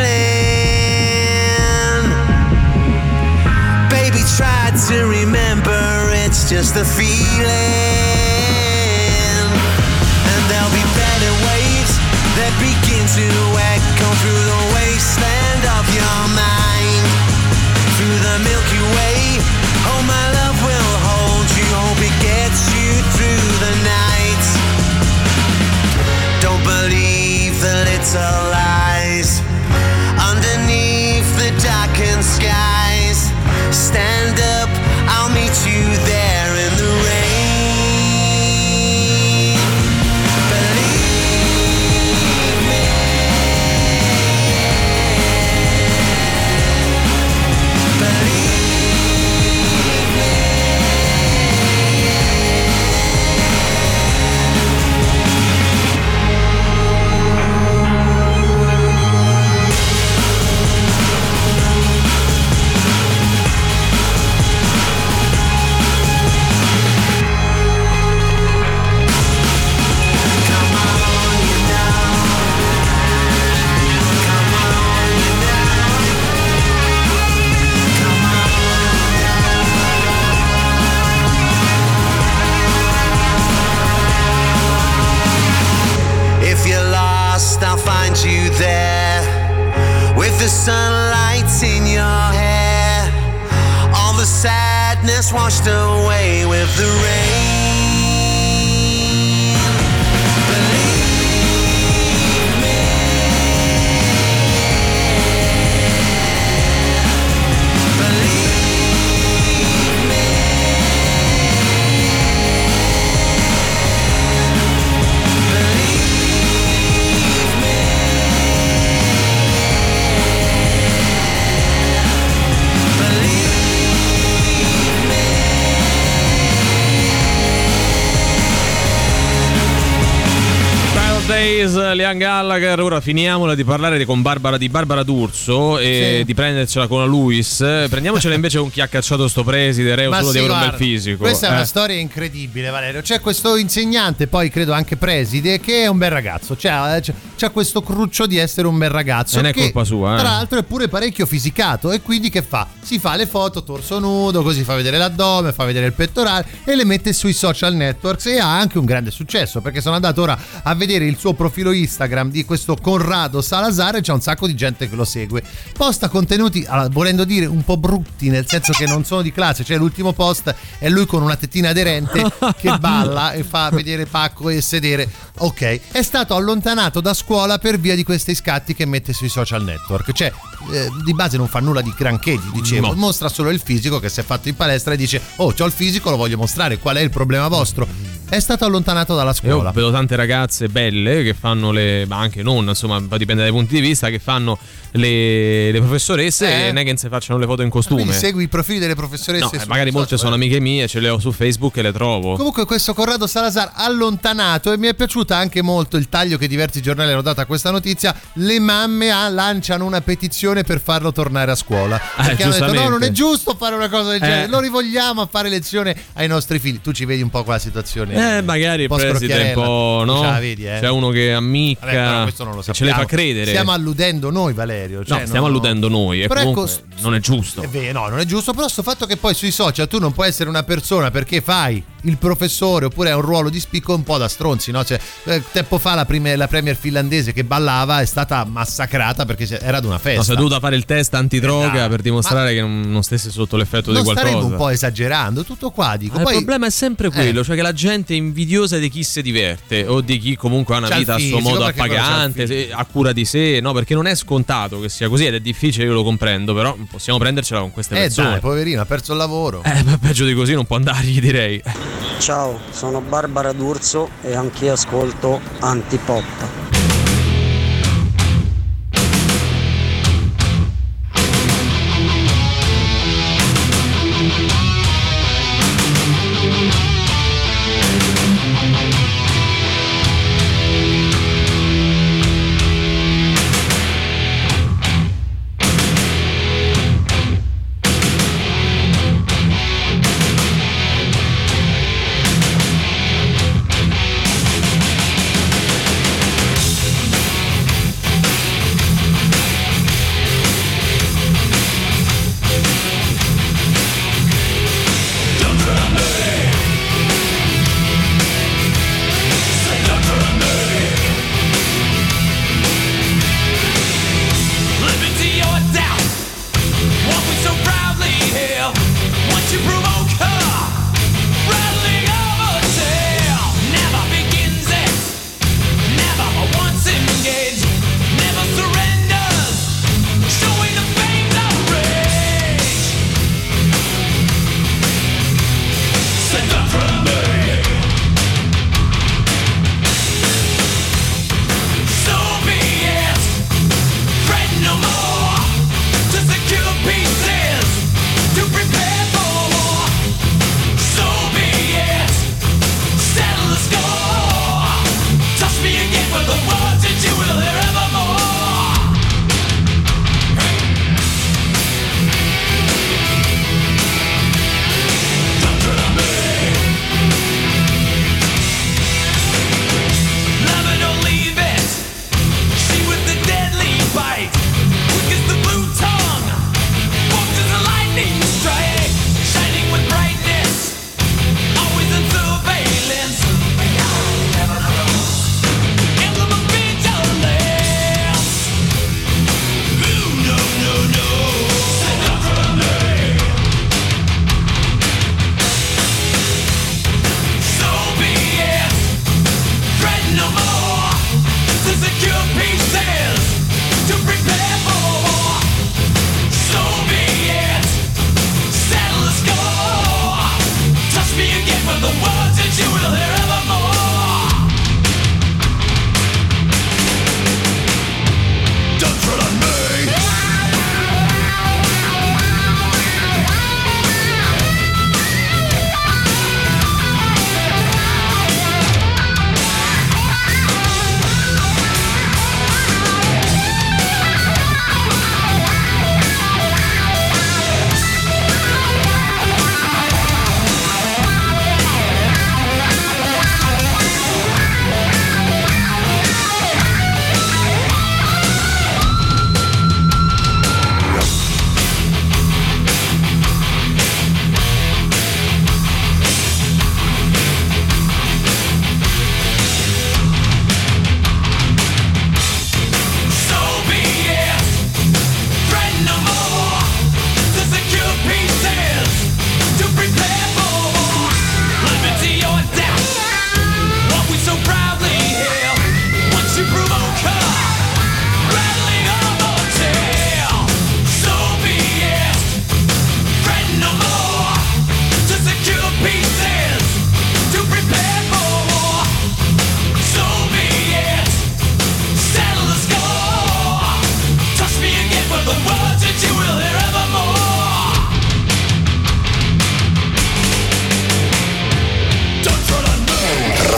Baby, try to remember, it's just a feeling. And there'll be better waves that begin to echo through the wasteland of your mind. Through the Milky Way, oh my love will hold you, hope it gets you through the night. Don't believe the little lies underneath the darkened skies. Stand up, I'll meet you there in the rain. Believe me. Believe me. If you're lost, I'll find you there, with the sunlight in your hair, all the sadness washed away with the rain. Believe me. Place, Liam Gallagher. Ora finiamola di parlare di Barbara D'Urso e di prendercela con la Lewis. Prendiamocela invece con chi ha cacciato sto preside, reo solo di avere un bel fisico. Questa è una storia incredibile, Valerio. C'è questo insegnante, poi credo anche preside, che è un bel ragazzo. C'ha questo cruccio di essere un bel ragazzo. Non è colpa sua, tra l'altro è pure parecchio fisicato. E quindi che fa? Si fa le foto torso nudo, così fa vedere l'addome, fa vedere il pettorale e le mette sui social networks, e ha anche un grande successo, perché sono andato ora a vedere il suo profilo Instagram di questo Conrado Salazar e c'è un sacco di gente che lo segue. Posta contenuti, volendo dire, un po' brutti, nel senso che non sono di classe. Cioè l'ultimo post è lui con una tettina aderente che balla e fa vedere pacco e sedere. Ok, è stato allontanato da scuola per via di questi scatti che mette sui social network. Cioè di base non fa nulla di granché, dicevo, mostra solo il fisico che si è fatto in palestra e dice: oh, c'ho il fisico, lo voglio mostrare, qual è il problema vostro? È stato allontanato dalla scuola. Io vedo tante ragazze belle che fanno ma anche non, insomma, dipende dai punti di vista, che fanno le professoresse e non è che non si facciano le foto in costume. Quindi segui i profili delle professoresse? No, magari molte sono amiche mie, ce le ho su Facebook e le trovo. Comunque questo Corrado Salazar allontanato, e mi è piaciuta anche molto il taglio che diversi giornali hanno dato a questa notizia. Le mamme lanciano una petizione per farlo tornare a scuola, perché hanno detto: no, non è giusto fare una cosa del genere, lo rivogliamo a fare lezione ai nostri figli. Tu ci vedi un po' quella situazione? Magari il preside un po', no? C'è uno che ammicca, questo non lo ce le fa credere. Stiamo alludendo noi, Valerio. Stiamo alludendo noi, e comunque non è giusto. No, non è giusto, però sto fatto che poi sui social tu non puoi essere una persona perché fai il professore oppure hai un ruolo di spicco un po' da stronzi, no? Cioè, tempo fa la premier finlandese che ballava è stata massacrata perché era ad una festa. Si è dovuta fare il test antidroga per dimostrare che non stesse sotto l'effetto di qualcosa. Staremo un po' esagerando, tutto qua, dico. Poi il problema è sempre quello, cioè che la gente è invidiosa di chi si diverte o di chi comunque ha una vita a suo modo appagante, a cura di sé, no? Perché non è scontato che sia così ed è difficile, io lo comprendo, però possiamo prendercela con queste persone. Dai, poverino, ha perso il lavoro. Peggio di così non può andargli, direi. Ciao, sono Barbara D'Urso e anch'io ascolto Antipop.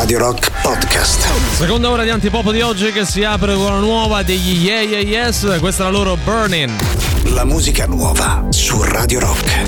Radio Rock Podcast. Seconda ora di Antipop di oggi che si apre con la nuova degli Yeah Yeah Yes, questa è la loro Burning. La musica nuova su Radio Rock.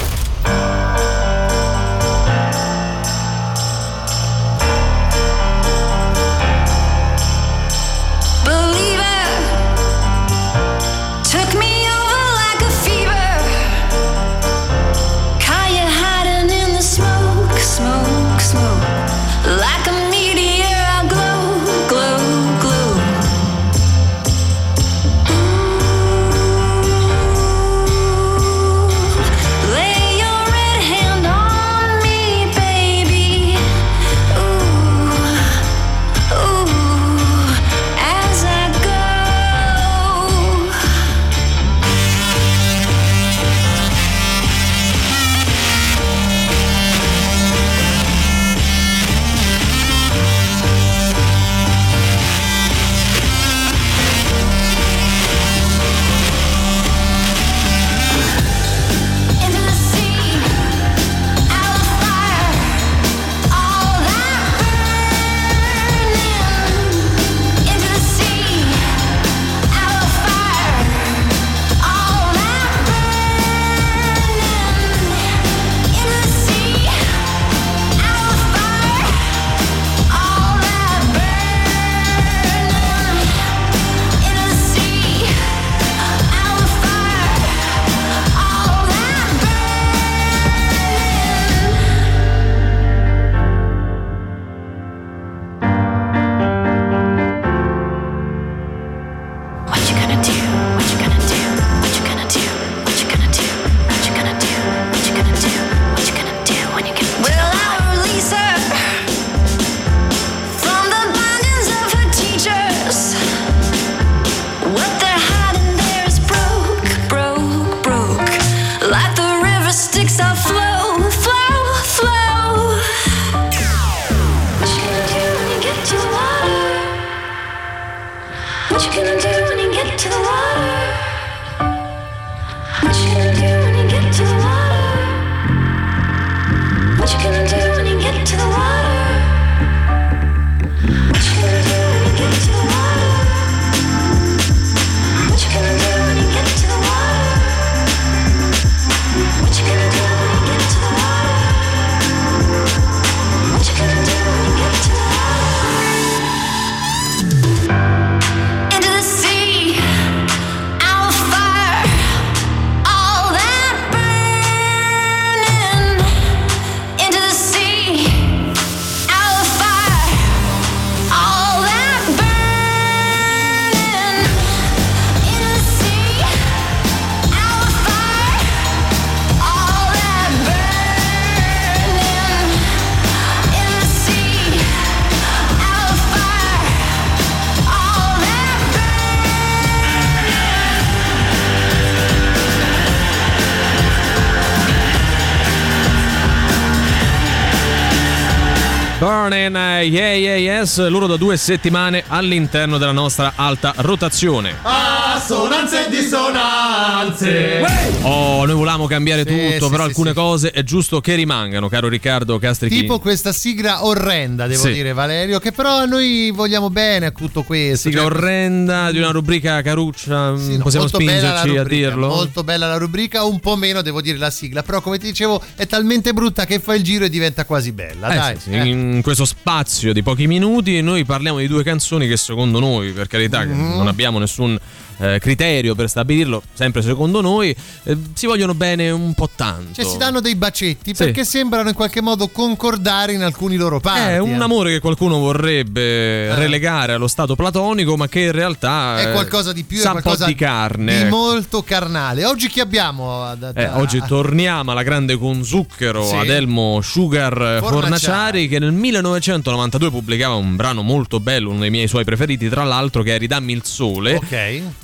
Burning, Yeah Yeah Yes, loro da 2 settimane all'interno della nostra alta rotazione. Assonanze e dissonanze. Oh, noi volevamo cambiare tutto, però alcune cose è giusto che rimangano, caro Riccardo Castrichini. Tipo questa sigla orrenda, devo dire, Valerio, che però noi vogliamo bene a tutto questo. Sigla orrenda di una rubrica caruccia, possiamo spingerci a dirlo? Molto bella la rubrica, un po' meno devo dire la sigla, però come ti dicevo è talmente brutta che fa il giro e diventa quasi bella, dai. In questo spazio di pochi minuti noi parliamo di 2 canzoni che secondo noi, per carità, che non abbiamo nessun criterio per stabilirlo, sempre secondo noi, si vogliono bene un po' tanto. Cioè si danno dei bacetti perché sembrano in qualche modo concordare in alcuni loro parti. È un amore che qualcuno vorrebbe relegare allo stato platonico, ma che in realtà è qualcosa di più, sa è qualcosa un po' di carne, di molto carnale. Oggi chi abbiamo? Oggi torniamo alla grande con zucchero, ad Elmo Sugar Fornaciari, che nel 1992 pubblicava un brano molto bello, uno dei miei suoi preferiti, tra l'altro, che è Ridammi il sole.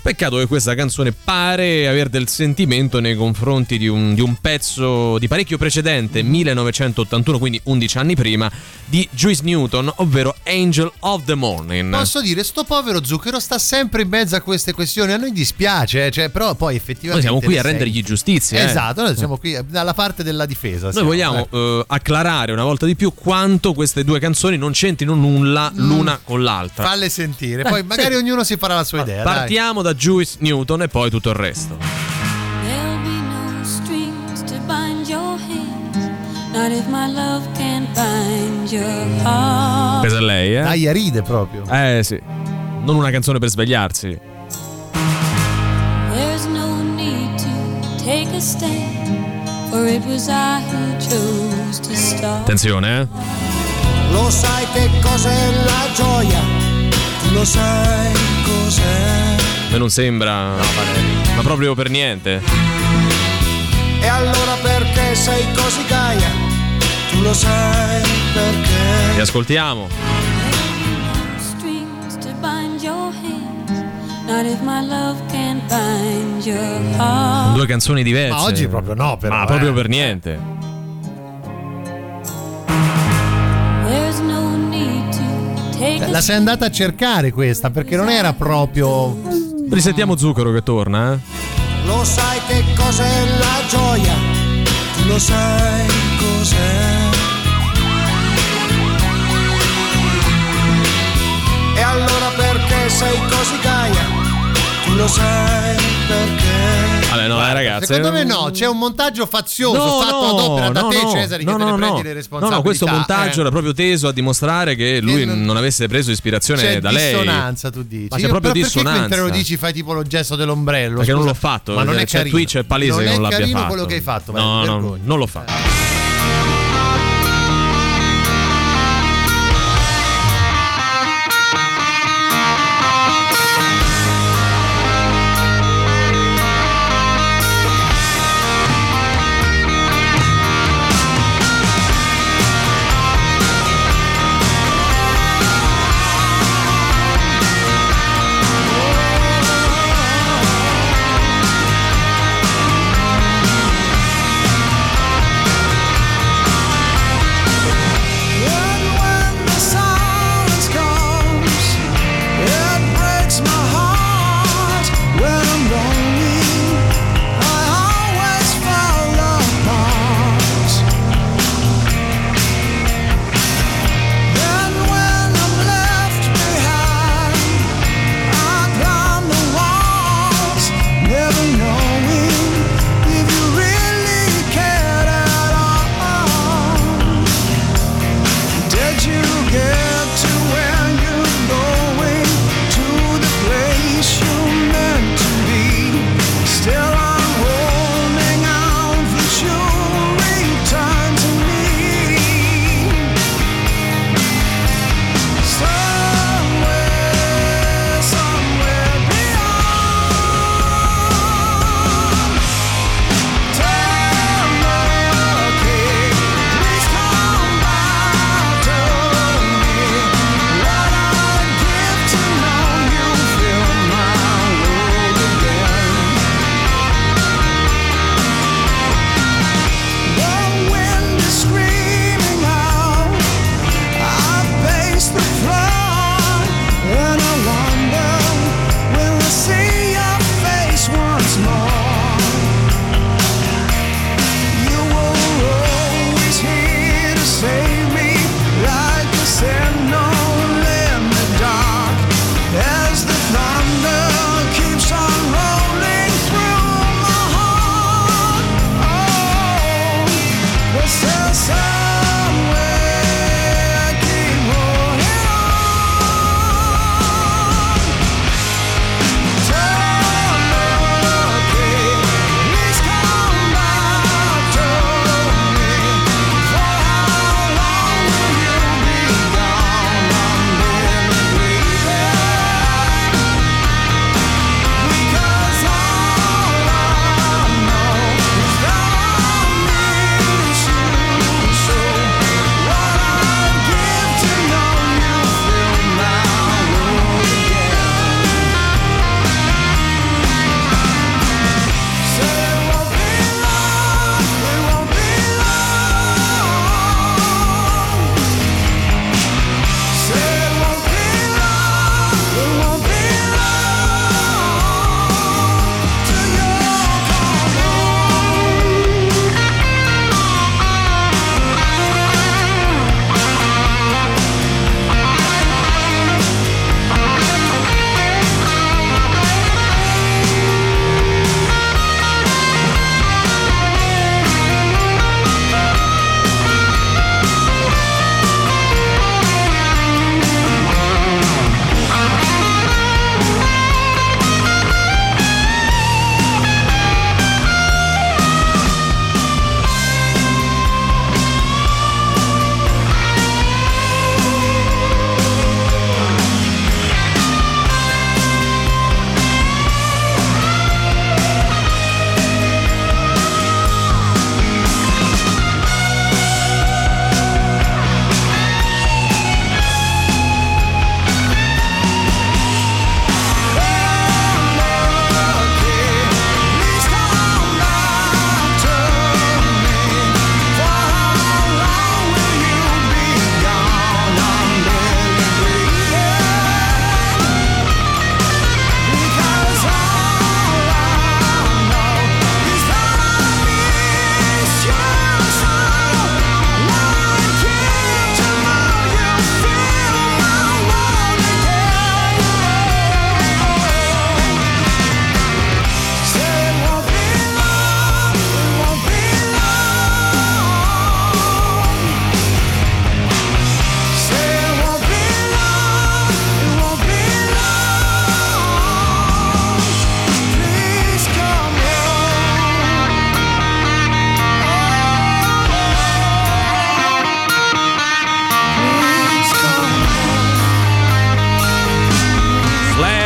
Peccato che questa canzone pare avere del sentimento nei confronti di un pezzo di parecchio precedente, 1981, quindi 11 anni prima, di Juice Newton, ovvero Angel of the Morning. Posso dire, sto povero Zucchero sta sempre in mezzo a queste questioni, a noi dispiace, cioè, però poi effettivamente noi siamo qui a rendergli giustizia. Esatto, noi siamo qui dalla parte della difesa. Noi vogliamo acclarare una volta di più quanto queste due canzoni non c'entrino nulla l'una con l'altra. Falle sentire, poi magari ognuno si farà la sua idea. Partiamo da Juice Newton e poi tutto il resto. There'll be no strings to bind your hands, not if my love can bind your heart. Questa è lei, Dai, ride proprio. Sì. Non una canzone per svegliarsi. There's no need to take a stand, for it was I who chose to start. Attenzione, Lo sai che cos'è la gioia? Tu lo sai cos'è? A me non sembra, ma proprio per niente. E allora perché sei così gaia? Tu lo sai perché? Ti ascoltiamo. Strings to bind your hands, not if my love can bind your heart. Due canzoni diverse. Ma oggi proprio no, però. Ma proprio per niente. There's no need to take La sei andata a cercare questa, perché non era proprio. Risentiamo Zucchero che torna, Lo sai che cos'è la gioia? Tu lo sai cos'è? E allora perché sei così gaia? Tu lo sai perché? Vabbè, no, ragazzi. Secondo me no, c'è un montaggio fazioso fatto ad opera da te, Cesari, che te ne prendi le responsabilità. No, questo montaggio era proprio teso a dimostrare che lui non avesse preso ispirazione da lei. C'è dissonanza, tu dici. Ma c'è proprio dissonanza. Perché mentre lo dici fai tipo lo gesto dell'ombrello? Perché non l'ho fatto. Ma non è carino. Twitch è palese che non l'abbia fatto. Non è carino quello che hai fatto. No, non l'ho fatto.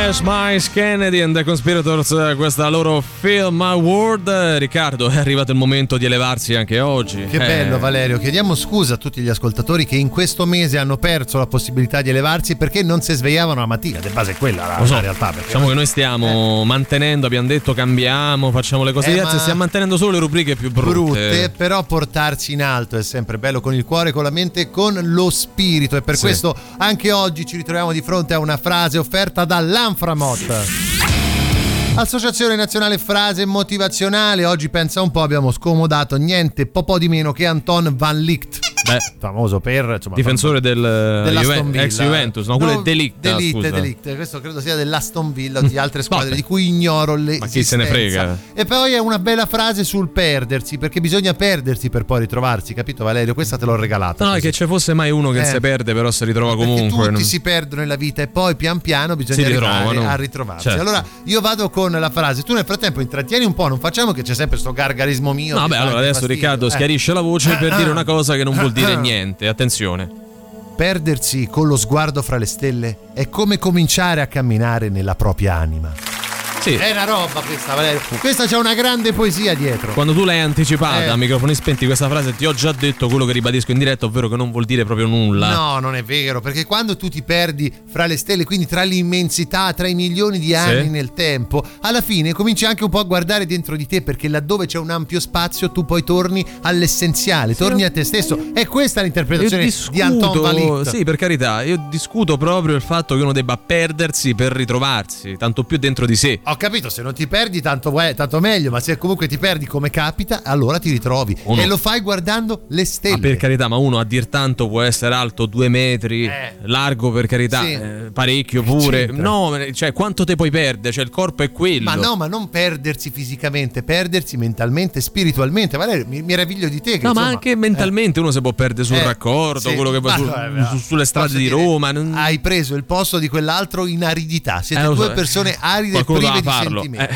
Smash Mouth Kennedy and the Conspirators, questa loro Film Award. Riccardo, è arrivato il momento di elevarsi anche oggi. Che bello, Valerio. Chiediamo scusa a tutti gli ascoltatori che in questo mese hanno perso la possibilità di elevarsi perché non si svegliavano la mattina. De base è quella la realtà. Diciamo che noi stiamo mantenendo, abbiamo detto cambiamo, facciamo le cose diverse, stiamo mantenendo solo le rubriche più brutte. Però portarsi in alto è sempre bello, con il cuore, con la mente e con lo spirito, e per questo anche oggi ci ritroviamo di fronte a una frase offerta dall'Anframot, Associazione Nazionale Frase Motivazionale. Oggi, pensa un po', abbiamo scomodato niente po' di meno che Anton van Ligt, famoso per difensore dell'Aston Villa, ex Juventus, no, quello è Delict. Questo credo sia dell'Aston Villa o di altre squadre di cui ignoro l'esistenza. Ma chi se ne frega. E poi è una bella frase sul perdersi, perché bisogna perdersi per poi ritrovarsi, capito, Valerio? Questa te l'ho regalata. No, che ci fosse mai uno che si perde però si ritrova comunque. Tutti si perdono nella vita e poi pian piano bisogna arrivare a ritrovarsi. Certo. Allora io vado con la frase, tu nel frattempo intrattieni un po', non facciamo che c'è sempre sto gargarismo mio. No, allora adesso Riccardo schiarisce la voce per dire una cosa che non vuol dire niente. Attenzione. Perdersi con lo sguardo fra le stelle è come cominciare a camminare nella propria anima. Sì. È una roba questa, Valerio. Questa c'è una grande poesia dietro. Quando tu l'hai anticipata a microfoni spenti questa frase, ti ho già detto quello che ribadisco in diretta, ovvero che non vuol dire proprio nulla. No, non è vero, perché quando tu ti perdi fra le stelle, quindi tra l'immensità, tra i milioni di anni nel tempo, alla fine cominci anche un po' a guardare dentro di te, perché laddove c'è un ampio spazio tu poi torni all'essenziale, torni a te stesso. È questa l'interpretazione di Anton van Ligt. Sì, per carità, io discuto proprio il fatto che uno debba perdersi per ritrovarsi, tanto più dentro di sé. Ho capito, se non ti perdi tanto meglio, ma se comunque ti perdi come capita, allora ti ritrovi e lo fai guardando le stelle. Ma per carità, ma uno a dir tanto può essere alto 2 metri, largo per carità, parecchio pure. No, cioè quanto te puoi perdere? Cioè il corpo è quello. Ma no, ma non perdersi fisicamente, perdersi mentalmente, spiritualmente. Valerio, mi meraviglio di te che ma anche mentalmente uno si può perdere sul raccordo, quello che va sulle strade di Roma. Hai preso il posto di quell'altro in aridità. Siete due persone aride e prive di sentimenti.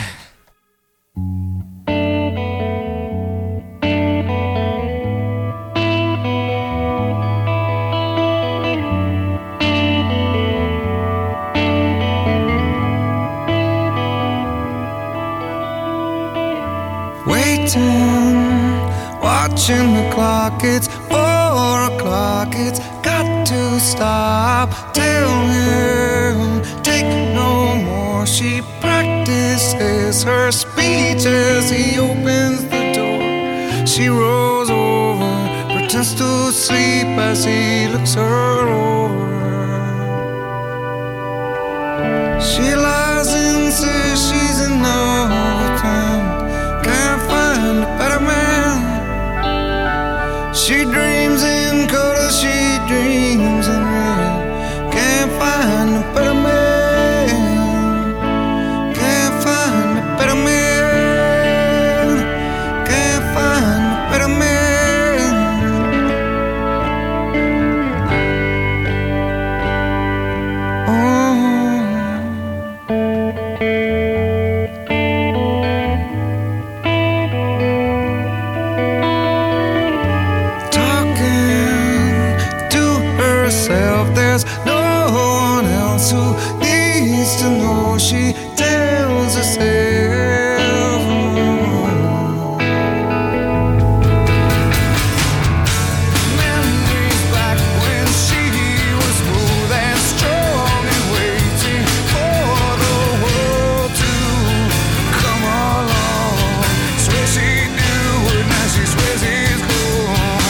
Waiting, watching the clock, it's 4 o'clock, it's got to stop. Tell him, take no more. She practices her speech as he opens the door. She rolls over, pretends to sleep as he looks her over. She lies and says she's in love with him, can't find a better man. She dreams in color, she dreams in red, can't find a better man. She tells herself memories back when she was smooth and strong and waiting for the world to come along. Swear she'd do it, now she swears it's gone.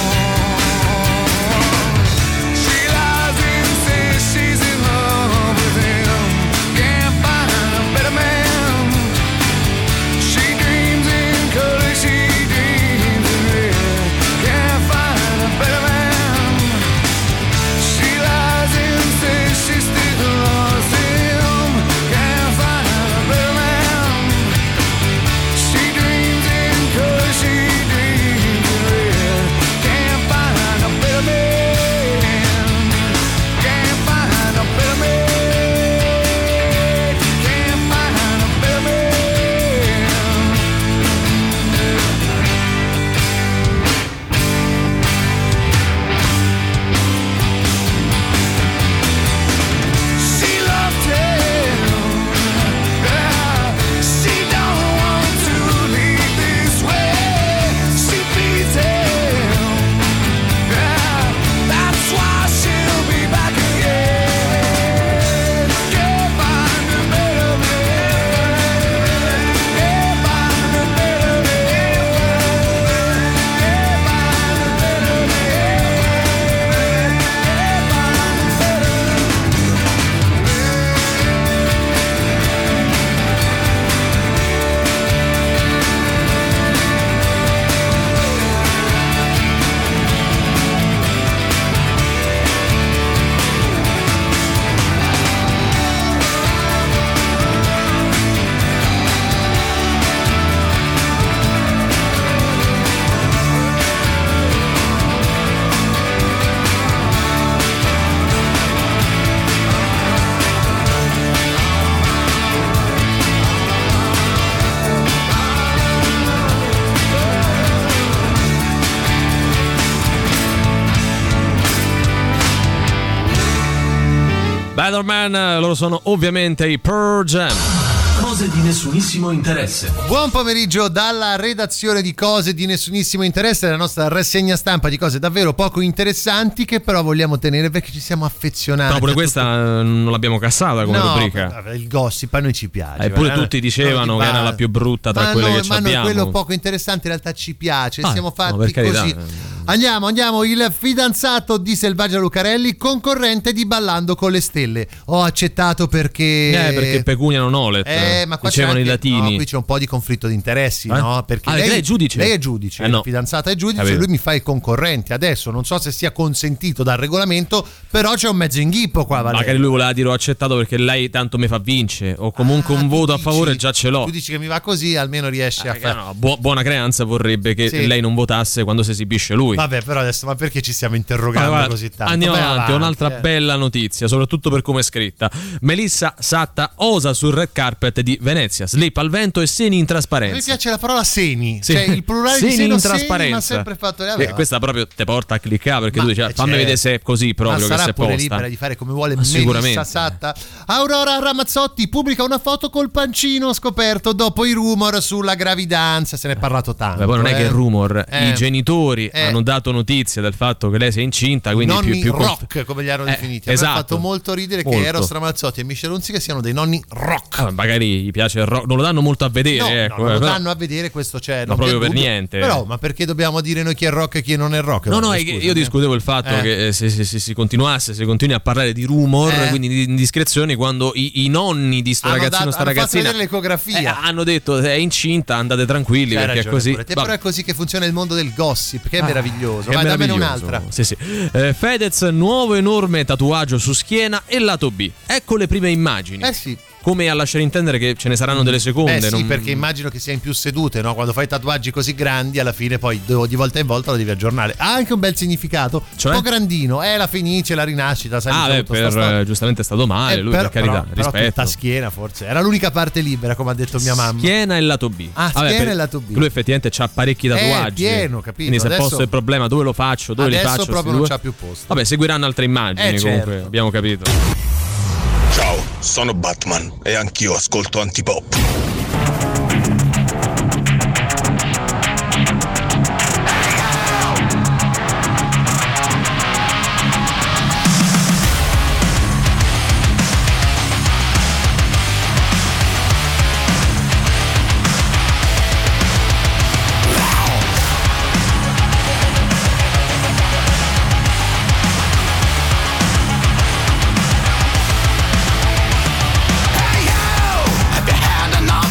She lies and says she's in love with him, can't find a better man. Better Man, loro sono ovviamente i Pearl Jam. Cose di nessunissimo interesse. Buon pomeriggio dalla redazione di Cose di nessunissimo interesse, la nostra rassegna stampa di cose davvero poco interessanti che però vogliamo tenere perché ci siamo affezionati. No, pure questa non l'abbiamo cassata come rubrica. Il gossip a noi ci piace. Eppure tutti dicevano che era la più brutta tra quelle che abbiamo. Ma quello poco interessante in realtà ci piace, siamo fatti così. Andiamo, il fidanzato di Selvaggia Lucarelli, concorrente di Ballando con le Stelle. Ho accettato perché pecunia non olet. Ma qua dicevano i latini. No, qui c'è un po' di conflitto di interessi, no? Perché lei è giudice. Lei è giudice, la fidanzata è giudice, lui mi fa il concorrente. Adesso non so se sia consentito dal regolamento, però c'è un mezzo inghippo qua, Valerio. Magari lui voleva dire ho accettato perché lei tanto mi fa vincere, o comunque un voto a favore già ce l'ho. Tu dici che mi va così, almeno riesci a fare. No, buona creanza vorrebbe che lei non votasse quando si esibisce lui. Vabbè, però adesso ma perché ci stiamo interrogando così tanto? Andiamo avanti, un'altra bella notizia, soprattutto per come è scritta. Melissa Satta osa sul red carpet di Venezia, slip al vento e seni in trasparenza. Mi piace la parola seni, cioè il plurale di seno, in trasparenza. Ma sempre fatto questa proprio te porta a cliccare perché tu dici fammi vedere se è così proprio, che si è posta. Libera di fare come vuole Melissa Satta. Aurora Ramazzotti pubblica una foto col pancino scoperto dopo i rumor sulla gravidanza, se ne è parlato tanto. Beh, poi non è che rumor, i genitori hanno dato notizia del fatto che lei sia incinta, quindi nonni più rock come li hanno definiti. Mi ha fatto molto ridere che Eros Ramazzotti e Michel Hunziker siano dei nonni rock. Magari gli piace il rock, non lo danno molto a vedere, no, non lo danno a vedere, questo c'è, non proprio per niente. Però ma perché dobbiamo dire noi chi è rock e chi non è rock? No, io discutevo il fatto che se si continui a parlare di rumor, quindi di indiscrezioni, quando i nonni di sto ragazzino, sta ragazzina l'ecografia hanno detto è incinta, andate tranquilli perché è così. Però è così che funziona il mondo del gossip, che è meraviglioso. Vai, dammene un'altra. Sì. Fedez, nuovo enorme tatuaggio su schiena e lato B. Ecco le prime immagini. Sì. Come a lasciare intendere che ce ne saranno delle seconde. Sì, perché immagino che sia in più sedute, no? Quando fai tatuaggi così grandi, alla fine poi di volta in volta lo devi aggiornare. Ha anche un bel significato, un po' grandino. È la Fenice, la rinascita. Sai, giustamente è stato male, lui per carità, rispetto. Però tutta schiena forse. Era l'unica parte libera, come ha detto mia mamma. Schiena e lato B. Schiena e lato B. Lui effettivamente c'ha parecchi tatuaggi. È pieno, capito? Quindi se posto il problema, dove lo faccio, dove li faccio. Adesso proprio non c'ha più posto. Vabbè, seguiranno altre immagini, comunque, certo. abbiamo capito. Ciao, sono Batman e anch'io ascolto Antipop. Hand enough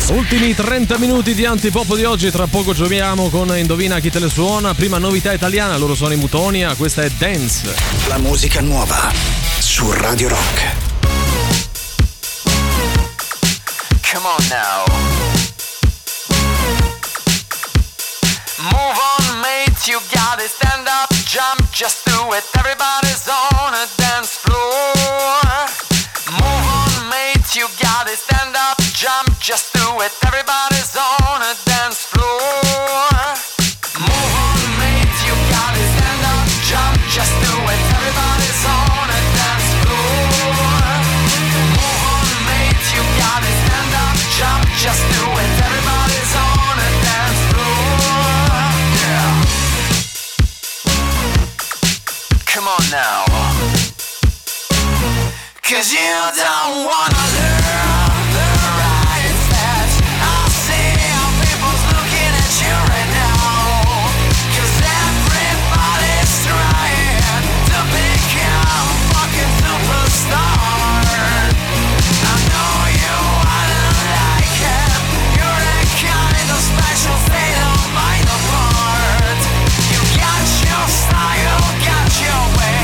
Ultimi 30 minuti di Antipop di oggi, tra poco giochiamo con Indovina chi te le suona. Prima novità italiana, loro sono i Mutonia, questa è Dance. La musica nuova su Radio Rock. Come on now. Move on, mate, you got it. Stand up, jump, just do it. Everybody's on a dance floor. Move on, mate, you got it. Stand up, jump, just do it. Everybody's on a dance floor. Move on, mate, you got it. Stand up, jump, just do it. Everybody's on a dance floor. Move on, mate, you got it. Stand up, jump, just do it. Everybody's on a dance floor. Yeah. Come on now. 'Cause you don't wanna learn the right steps. I see how people's looking at you right now. 'Cause everybody's trying to become fucking superstar. I know you wanna like it. You're that kind of special, they don't mind apart. You got your style, got your way.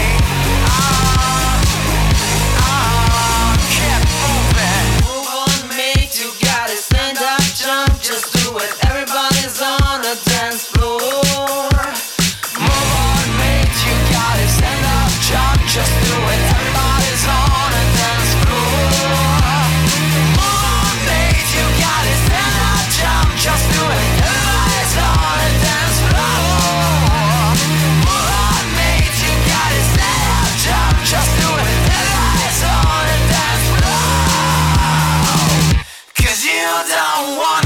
Just do it, everybody's on a dance floor. Move on, mate, you got it. Stand up, jump, just do it, everybody's on a dance floor. Move on, mate, you got it. Stand up, jump, just do it, everybody's on a dance floor. Move on, mate, you got it. Stand up, jump, just do it, everybody's on a dance floor. 'Cause you don't wanna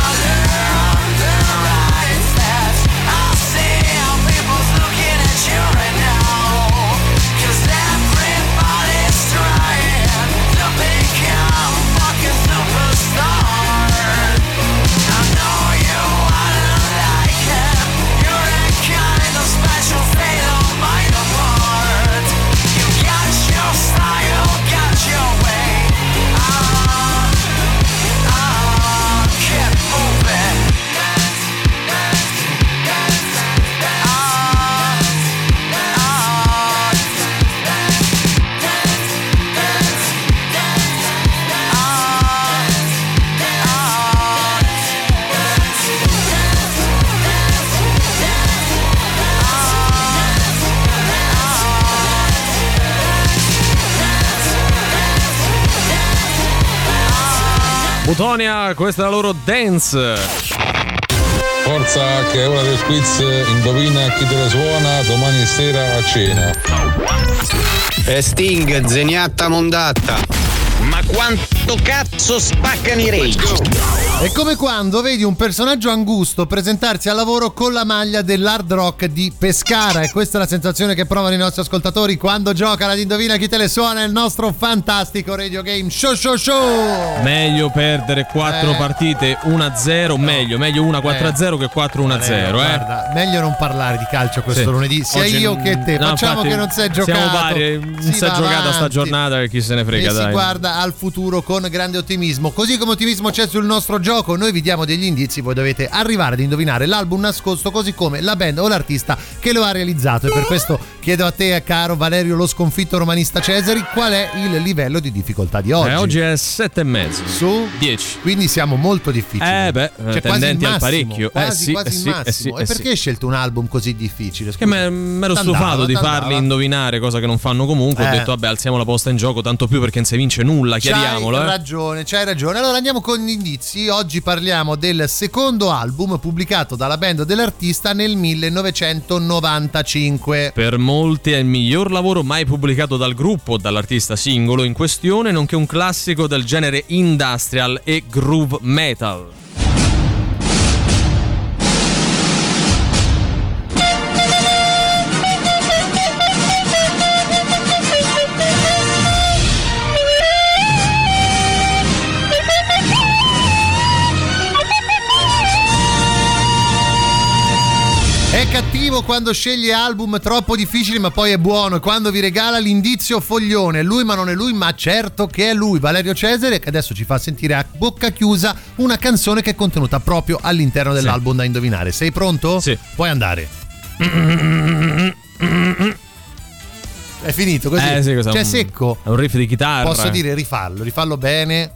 Mutonia, questa è la loro Dance. Forza che è ora del quiz, indovina chi te la suona domani sera a cena. Sting, zeniatta mondatta. Ma quanto cazzo spaccano i rage? È come quando vedi un personaggio angusto presentarsi al lavoro con la maglia dell'Hard Rock di Pescara, e questa è la sensazione che provano i nostri ascoltatori quando giocano ad Indovina chi te le suona, il nostro fantastico radio game show. Meglio perdere 4 partite 1-0, no. meglio 1-4-0 che 4-1-0. Guarda, meglio non parlare di calcio questo lunedì, sia oggi io che te. Facciamo infatti, che non si è giocato. Siamo vari, non si è giocata sta giornata, che chi se ne frega, e dai. Si guarda al futuro con grande ottimismo. Così come ottimismo c'è sul nostro gioco, noi vi diamo degli indizi, voi dovete arrivare ad indovinare l'album nascosto, così come la band o l'artista che lo ha realizzato. E per questo chiedo a te, caro Valerio lo sconfitto romanista Cesari, qual è il livello di difficoltà di oggi? Oggi è 7,5 su 10, quindi siamo molto difficili. Cioè, tendenti al parecchio. Quasi il massimo. E perché hai scelto un album così difficile? Che mi ero stufato di farli indovinare, cosa che non fanno comunque. Ho detto vabbè, alziamo la posta in gioco, tanto più perché non si vince nulla, chiariamolo. C'hai ragione. Allora andiamo con gli indizi. Oggi parliamo del secondo album pubblicato dalla band dell'artista nel 1995. Per molti è il miglior lavoro mai pubblicato dal gruppo o dall'artista singolo in questione, nonché un classico del genere industrial e groove metal. capivo quando sceglie album troppo difficili ma poi è buono, e quando vi regala l'indizio foglione, lui ma non è lui, ma certo che è lui, Valerio Cesare, che adesso ci fa sentire a bocca chiusa una canzone che è contenuta proprio all'interno dell'album da indovinare. Sei pronto? Sì. Puoi andare. È finito così? Sì, cioè secco. È un riff di chitarra. Posso dire rifallo bene.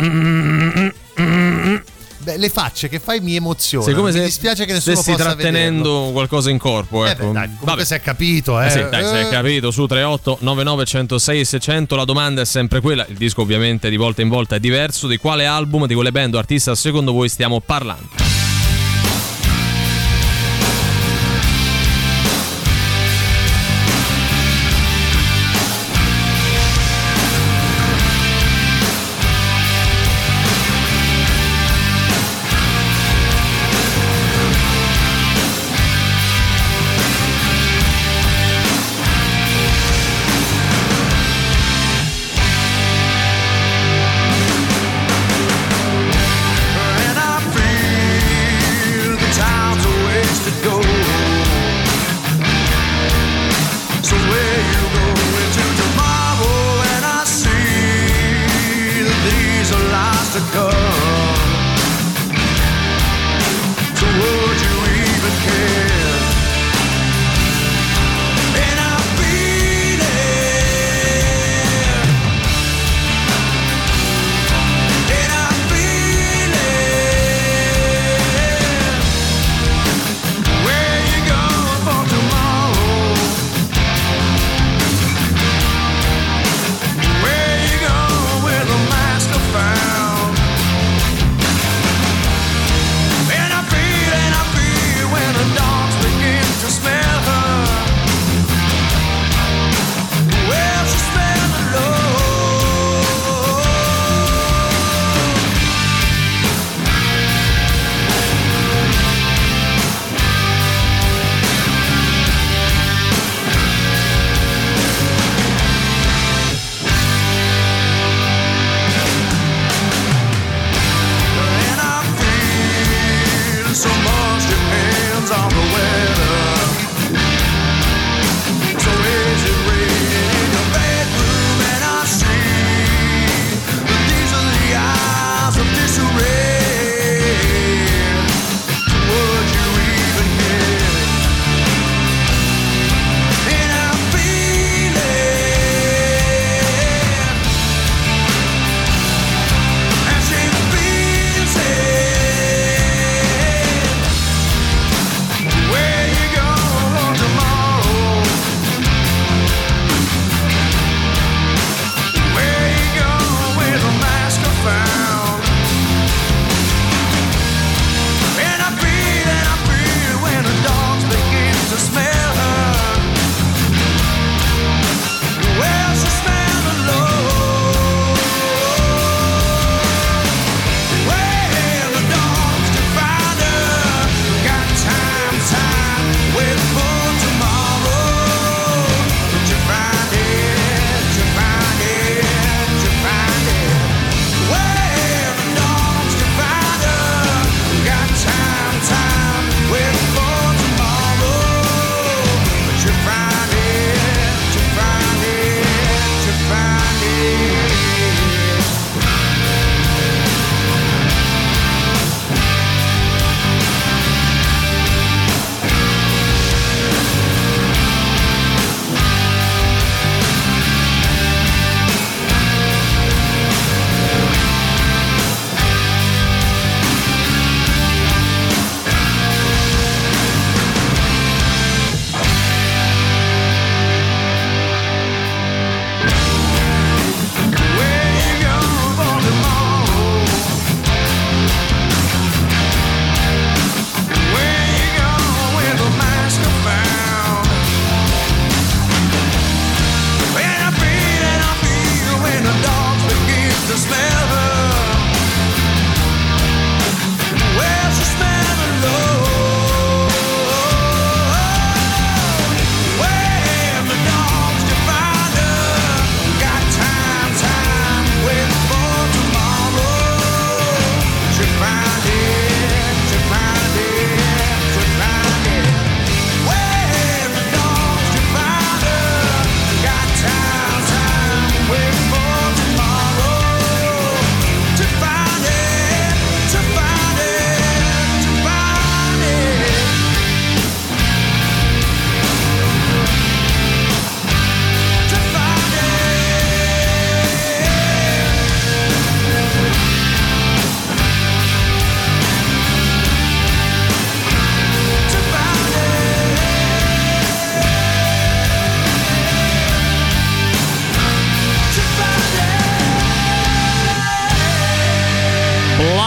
Beh, le facce che fai mi emozionano. Sì, come mi se dispiace che nessuno possa vederlo. stessi trattenendo qualcosa in corpo, ecco. Dai, comunque si è capito, Sì, dai, si è capito. Su 38 99 106 600 la domanda è sempre quella. Il disco ovviamente di volta in volta è diverso. Di quale album, di quale band o artista secondo voi stiamo parlando? And I feel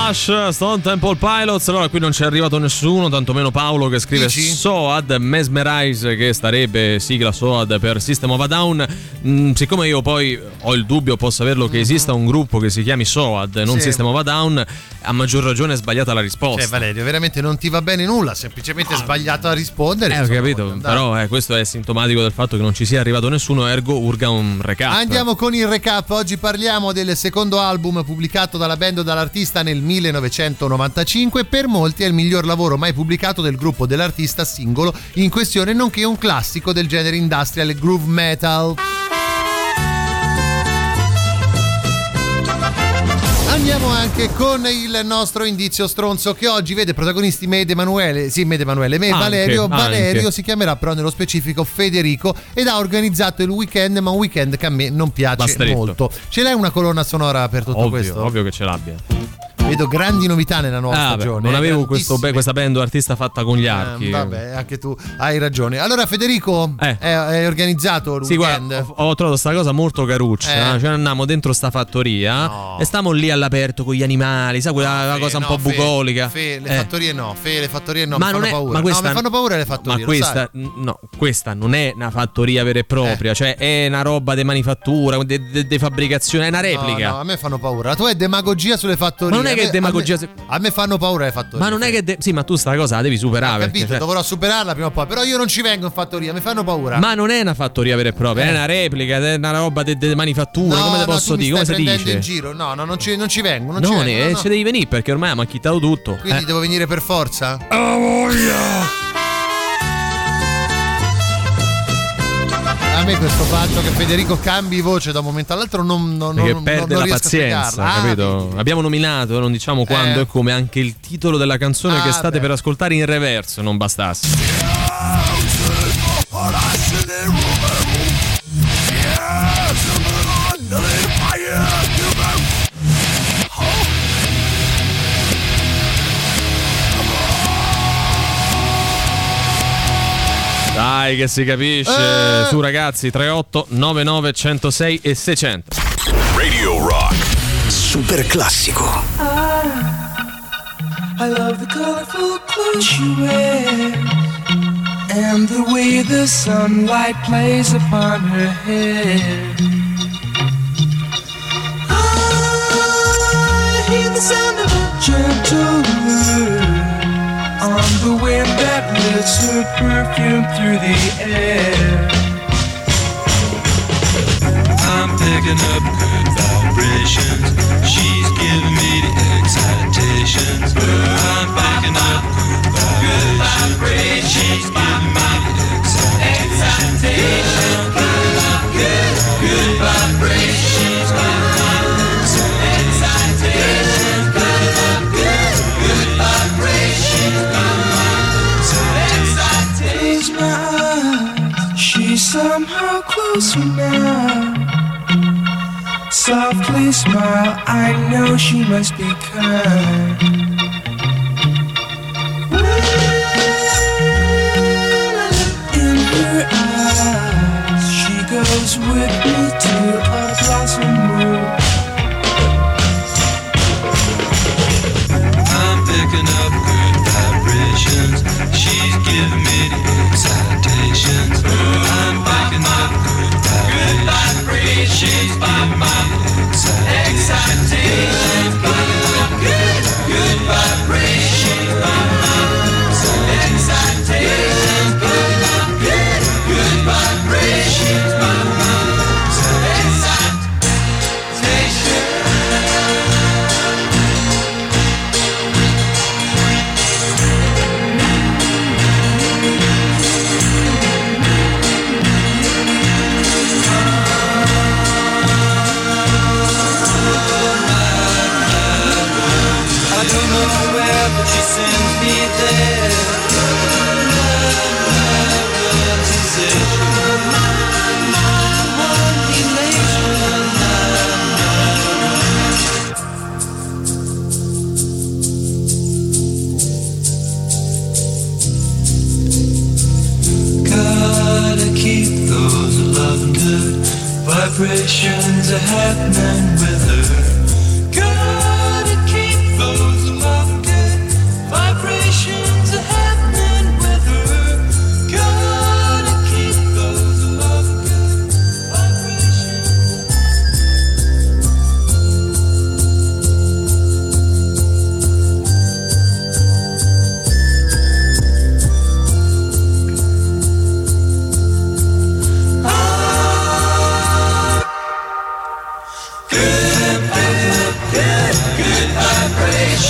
Slash, Stone Temple Pilots. Allora qui non ci è arrivato nessuno, tantomeno Paolo che scrive Soad, Mesmerize, che starebbe sigla Soad per System of a Down. Siccome io poi ho il dubbio, posso averlo, che esista un gruppo che si chiami Soad, non System of a Down, a maggior ragione è sbagliata la risposta. Cioè Valerio, veramente non ti va bene nulla, semplicemente è sbagliato a rispondere. Ho capito, però questo è sintomatico del fatto che non ci sia arrivato nessuno, ergo urga un recap. Andiamo con il recap. Oggi parliamo del secondo album pubblicato dalla band o dall'artista nel 1995. Per molti è il miglior lavoro mai pubblicato del gruppo dell'artista singolo in questione, nonché un classico del genere industrial groove metal. Andiamo anche con il nostro indizio stronzo, che oggi vede protagonisti me e Valerio. Valerio si chiamerà però nello specifico Federico ed ha organizzato il weekend, ma un weekend che a me non piace molto. Ce l'hai una colonna sonora per tutto questo? Ovvio che ce l'abbia. Vedo grandi novità nella nuova stagione. Non avevo questa band artista fatta con gli archi. Vabbè, anche tu hai ragione. Allora Federico, è organizzato il weekend? Guarda, ho trovato sta cosa molto caruccia. Cioè andiamo dentro sta fattoria e stiamo lì all'aperto con gli animali, sai quella cosa un po' bucolica. Le fattorie no, ma mi fanno paura. Ma mi fanno paura le fattorie. Ma questa non è una fattoria vera e propria, cioè è una roba di manifattura, di fabbricazione, è una replica. No, a me fanno paura. La tua è demagogia sulle fattorie. Ma non è che demagogia. A me fanno paura le fattorie. Ma non è che sì, ma tu sta cosa la devi superare. Ho capito, dovrò superarla prima o poi. Però io non ci vengo in fattoria, mi fanno paura. Ma non è una fattoria vera e propria, è una replica, è una roba di manifattura. Come te posso dire? Come si dice? In giro. No, non ci vengo. Ci devi venire perché ormai ha macchittato tutto. Quindi devo venire per forza? A me questo fatto che Federico cambi voce da un momento all'altro non perde non la pazienza, capito? Abbiamo nominato, non diciamo quando e come, anche il titolo della canzone che state per ascoltare in reverso, non bastasse. Dai che si capisce. Su ragazzi, 38 99 106 e 600. Radio Rock super classico. I love the colorful clothes you wear and the way the sunlight plays upon her hair. I hear the sound of a gentle word on the wind that lifts her perfume through the air. I'm picking up good vibrations. She's giving me the excitations. I'm picking up good vibrations. She's giving me the excitations. Good vibrations. She's giving me the excitations. Good vibrations. Close my eyes, she's somehow closer now. Softly smile, I know she must be kind. In her eyes, she goes with me to a blossom room. I'm picking up good vibrations. She's giving me the excitations. I'm picking up good vibrations. She's giving me the excitations. Good vibrations. Excitations. Good vibrations. But she sends me there. Gotta keep those loving good vibrations are happening with her. Gotta keep those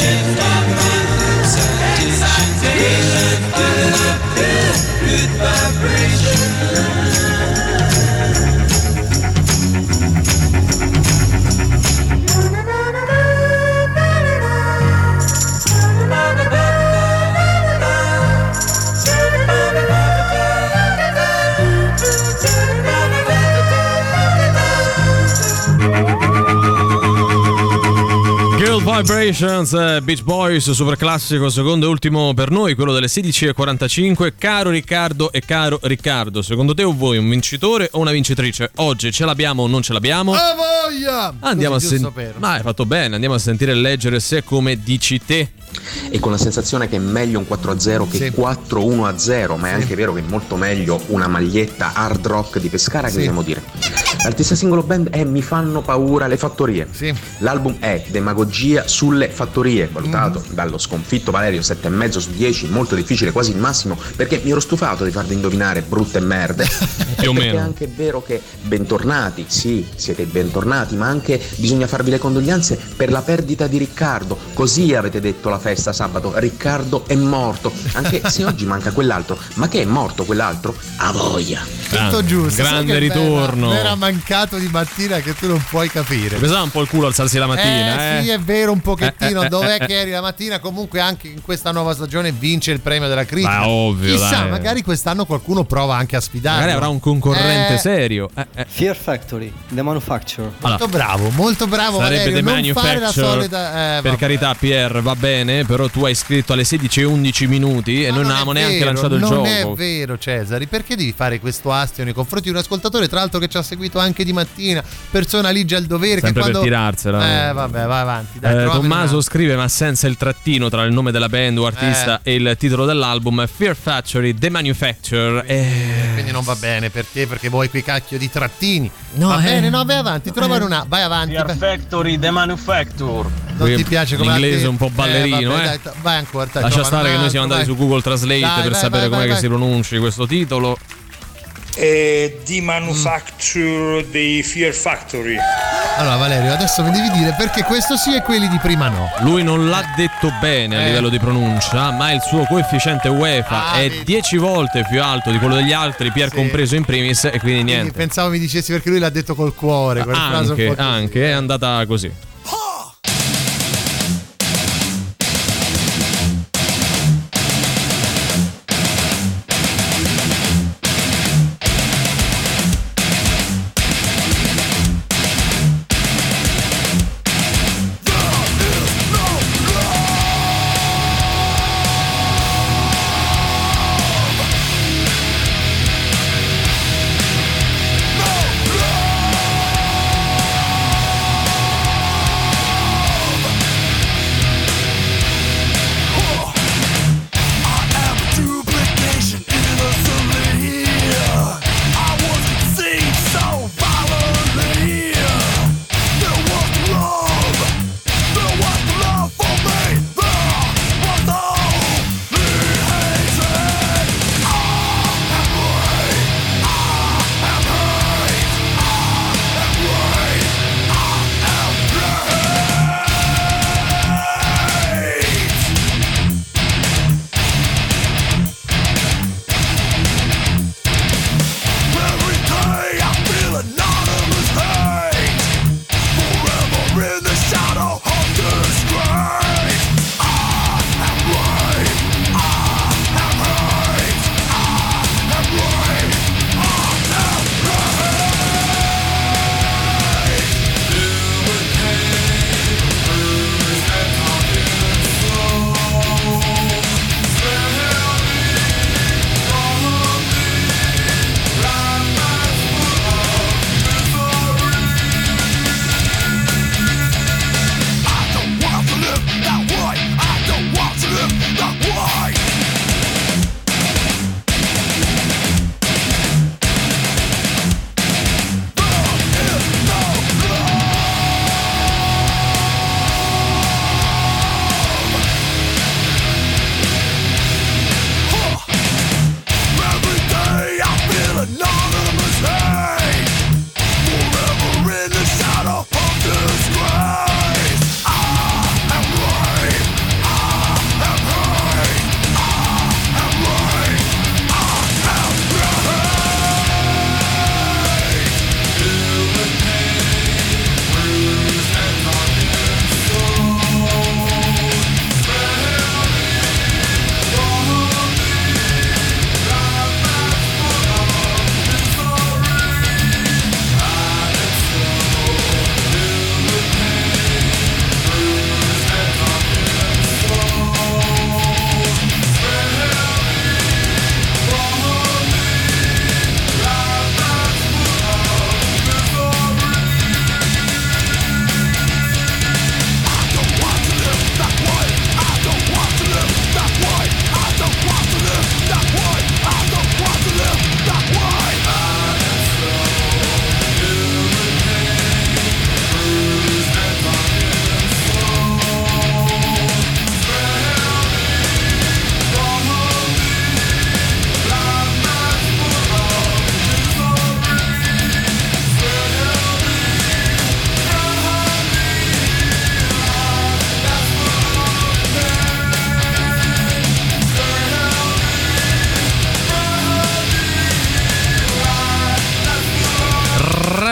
Vibrations, Beach Boys, super classico, secondo e ultimo per noi, quello delle 16:45. Caro Riccardo e caro Riccardo, secondo te o voi un vincitore o una vincitrice? Oggi ce l'abbiamo o non ce l'abbiamo? A voglia! Andiamo a sentire. Ma hai fatto bene, andiamo a sentire e leggere se come dici te. E con la sensazione che è meglio un 4-0 che 4-1-0, ma è anche vero che è molto meglio una maglietta hard rock di Pescara, che dobbiamo dire. L'artista singolo band è Mi fanno paura le fattorie. L'album è Demagogia sulle fattorie, valutato dallo sconfitto Valerio 7,5 su 10, molto difficile, quasi il massimo, perché mi ero stufato di farvi indovinare brutte merde. Più o meno. È anche vero che bentornati, sì, siete bentornati, ma anche bisogna farvi le condoglianze per la perdita di Riccardo. Così avete detto la festa sabato, Riccardo è morto, anche se oggi manca quell'altro. Ma che è morto quell'altro? A voglia. Tutto giusto. Grande ritorno. Era mancato di mattina che tu non puoi capire. Pesava un po' il culo alzarsi la mattina. Sì, è vero, un pochettino. Dov'è che eri la mattina? Comunque anche in questa nuova stagione vince il premio della critica. Ma ovvio, chissà, dai. Magari quest'anno qualcuno prova anche a sfidarlo. Magari avrà un concorrente serio. Fear Factory, The Manufacturer. Molto bravo, molto bravo. Sarebbe Valerio, The non fare la solita, per carità, Pier, va bene, però tu hai scritto alle 16:11 minuti e noi non avevamo neanche lanciato il gioco. Non è vero, Cesari, perché devi fare questo astio nei confronti di un ascoltatore, tra l'altro che ci ha seguito anche di mattina, persona ligia al dovere, sempre che quando... per tirarsela. Vabbè, vai avanti, dai. Tommaso scrive, ma senza il trattino tra il nome della band o artista e il titolo dell'album, Fear Factory, The Manufacturer. Quindi non va bene per te, perché vuoi quei cacchio di trattini. No, va bene, no, vai avanti, trovane una, vai avanti. Fear Factory, The Manufacturer. Non ti piace come l'inglese un po' ballerino, vabbè, dai, vai ancora. Lascia stare che noi siamo andati su Google Translate per sapere com'è che si pronunci questo titolo. The Manufacture dei Fear Factory. Allora Valerio, adesso mi devi dire perché questo sì e quelli di prima no. Lui non l'ha detto bene a livello di pronuncia, ma il suo coefficiente UEFA è 10 volte più alto di quello degli altri, Pier compreso in primis, e quindi niente. Pensavo mi dicessi perché lui l'ha detto col cuore. Anche, è andata così.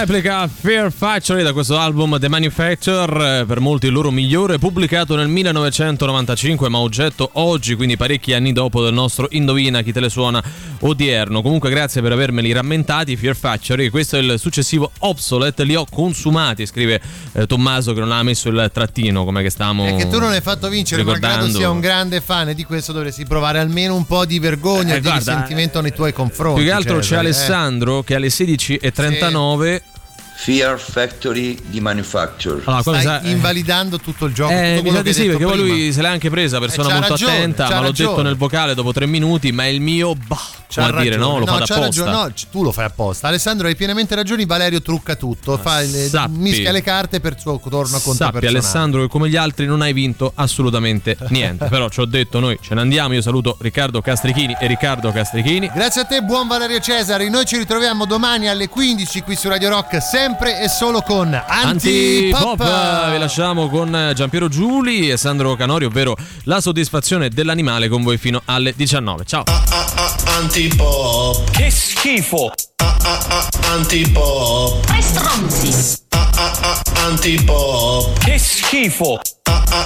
replica Fear Factory da questo album The Manufacturer, per molti il loro migliore, pubblicato nel 1995 ma oggetto oggi, quindi parecchi anni dopo, del nostro Indovina chi te le suona odierno. Comunque grazie per avermeli rammentati, Fear Factory. Questo è il successivo Obsolete, li ho consumati, scrive Tommaso, che non ha messo il trattino come che stiamo è che tu non hai fatto vincere, malgrado sia un grande fan, e di questo dovresti provare almeno un po' di vergogna e di risentimento nei tuoi confronti. Più che altro c'è Alessandro che alle 16:39 Fear Factory di Manufacture. Stai invalidando tutto il gioco. Mi sa di sì, perché poi lui se l'ha anche presa, persona molto attenta, ma l'ho detto nel vocale dopo 3 minuti, ma il mio come a dire, no, lo fa apposta. No, tu lo fai apposta. Alessandro, hai pienamente ragione, Valerio trucca tutto, mischia le carte per suo torno a conto personale. Alessandro, che come gli altri non hai vinto assolutamente niente. Però ci ho detto, noi ce ne andiamo. Io saluto Riccardo Castrichini e Riccardo Castrichini. Grazie a te, buon Valerio Cesari. Noi ci ritroviamo domani alle 15 qui su Radio Rock, sempre e solo con Antipop. Vi lasciamo con Giampiero Giuli e Sandro Canori, ovvero La soddisfazione dell'animale, con voi fino alle 19. Ciao. Antipop. Che schifo. Antipop. Tre stronzi. Antipop. Che schifo.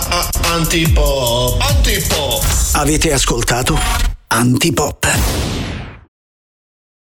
Antipop. Antipop. Avete ascoltato Antipop.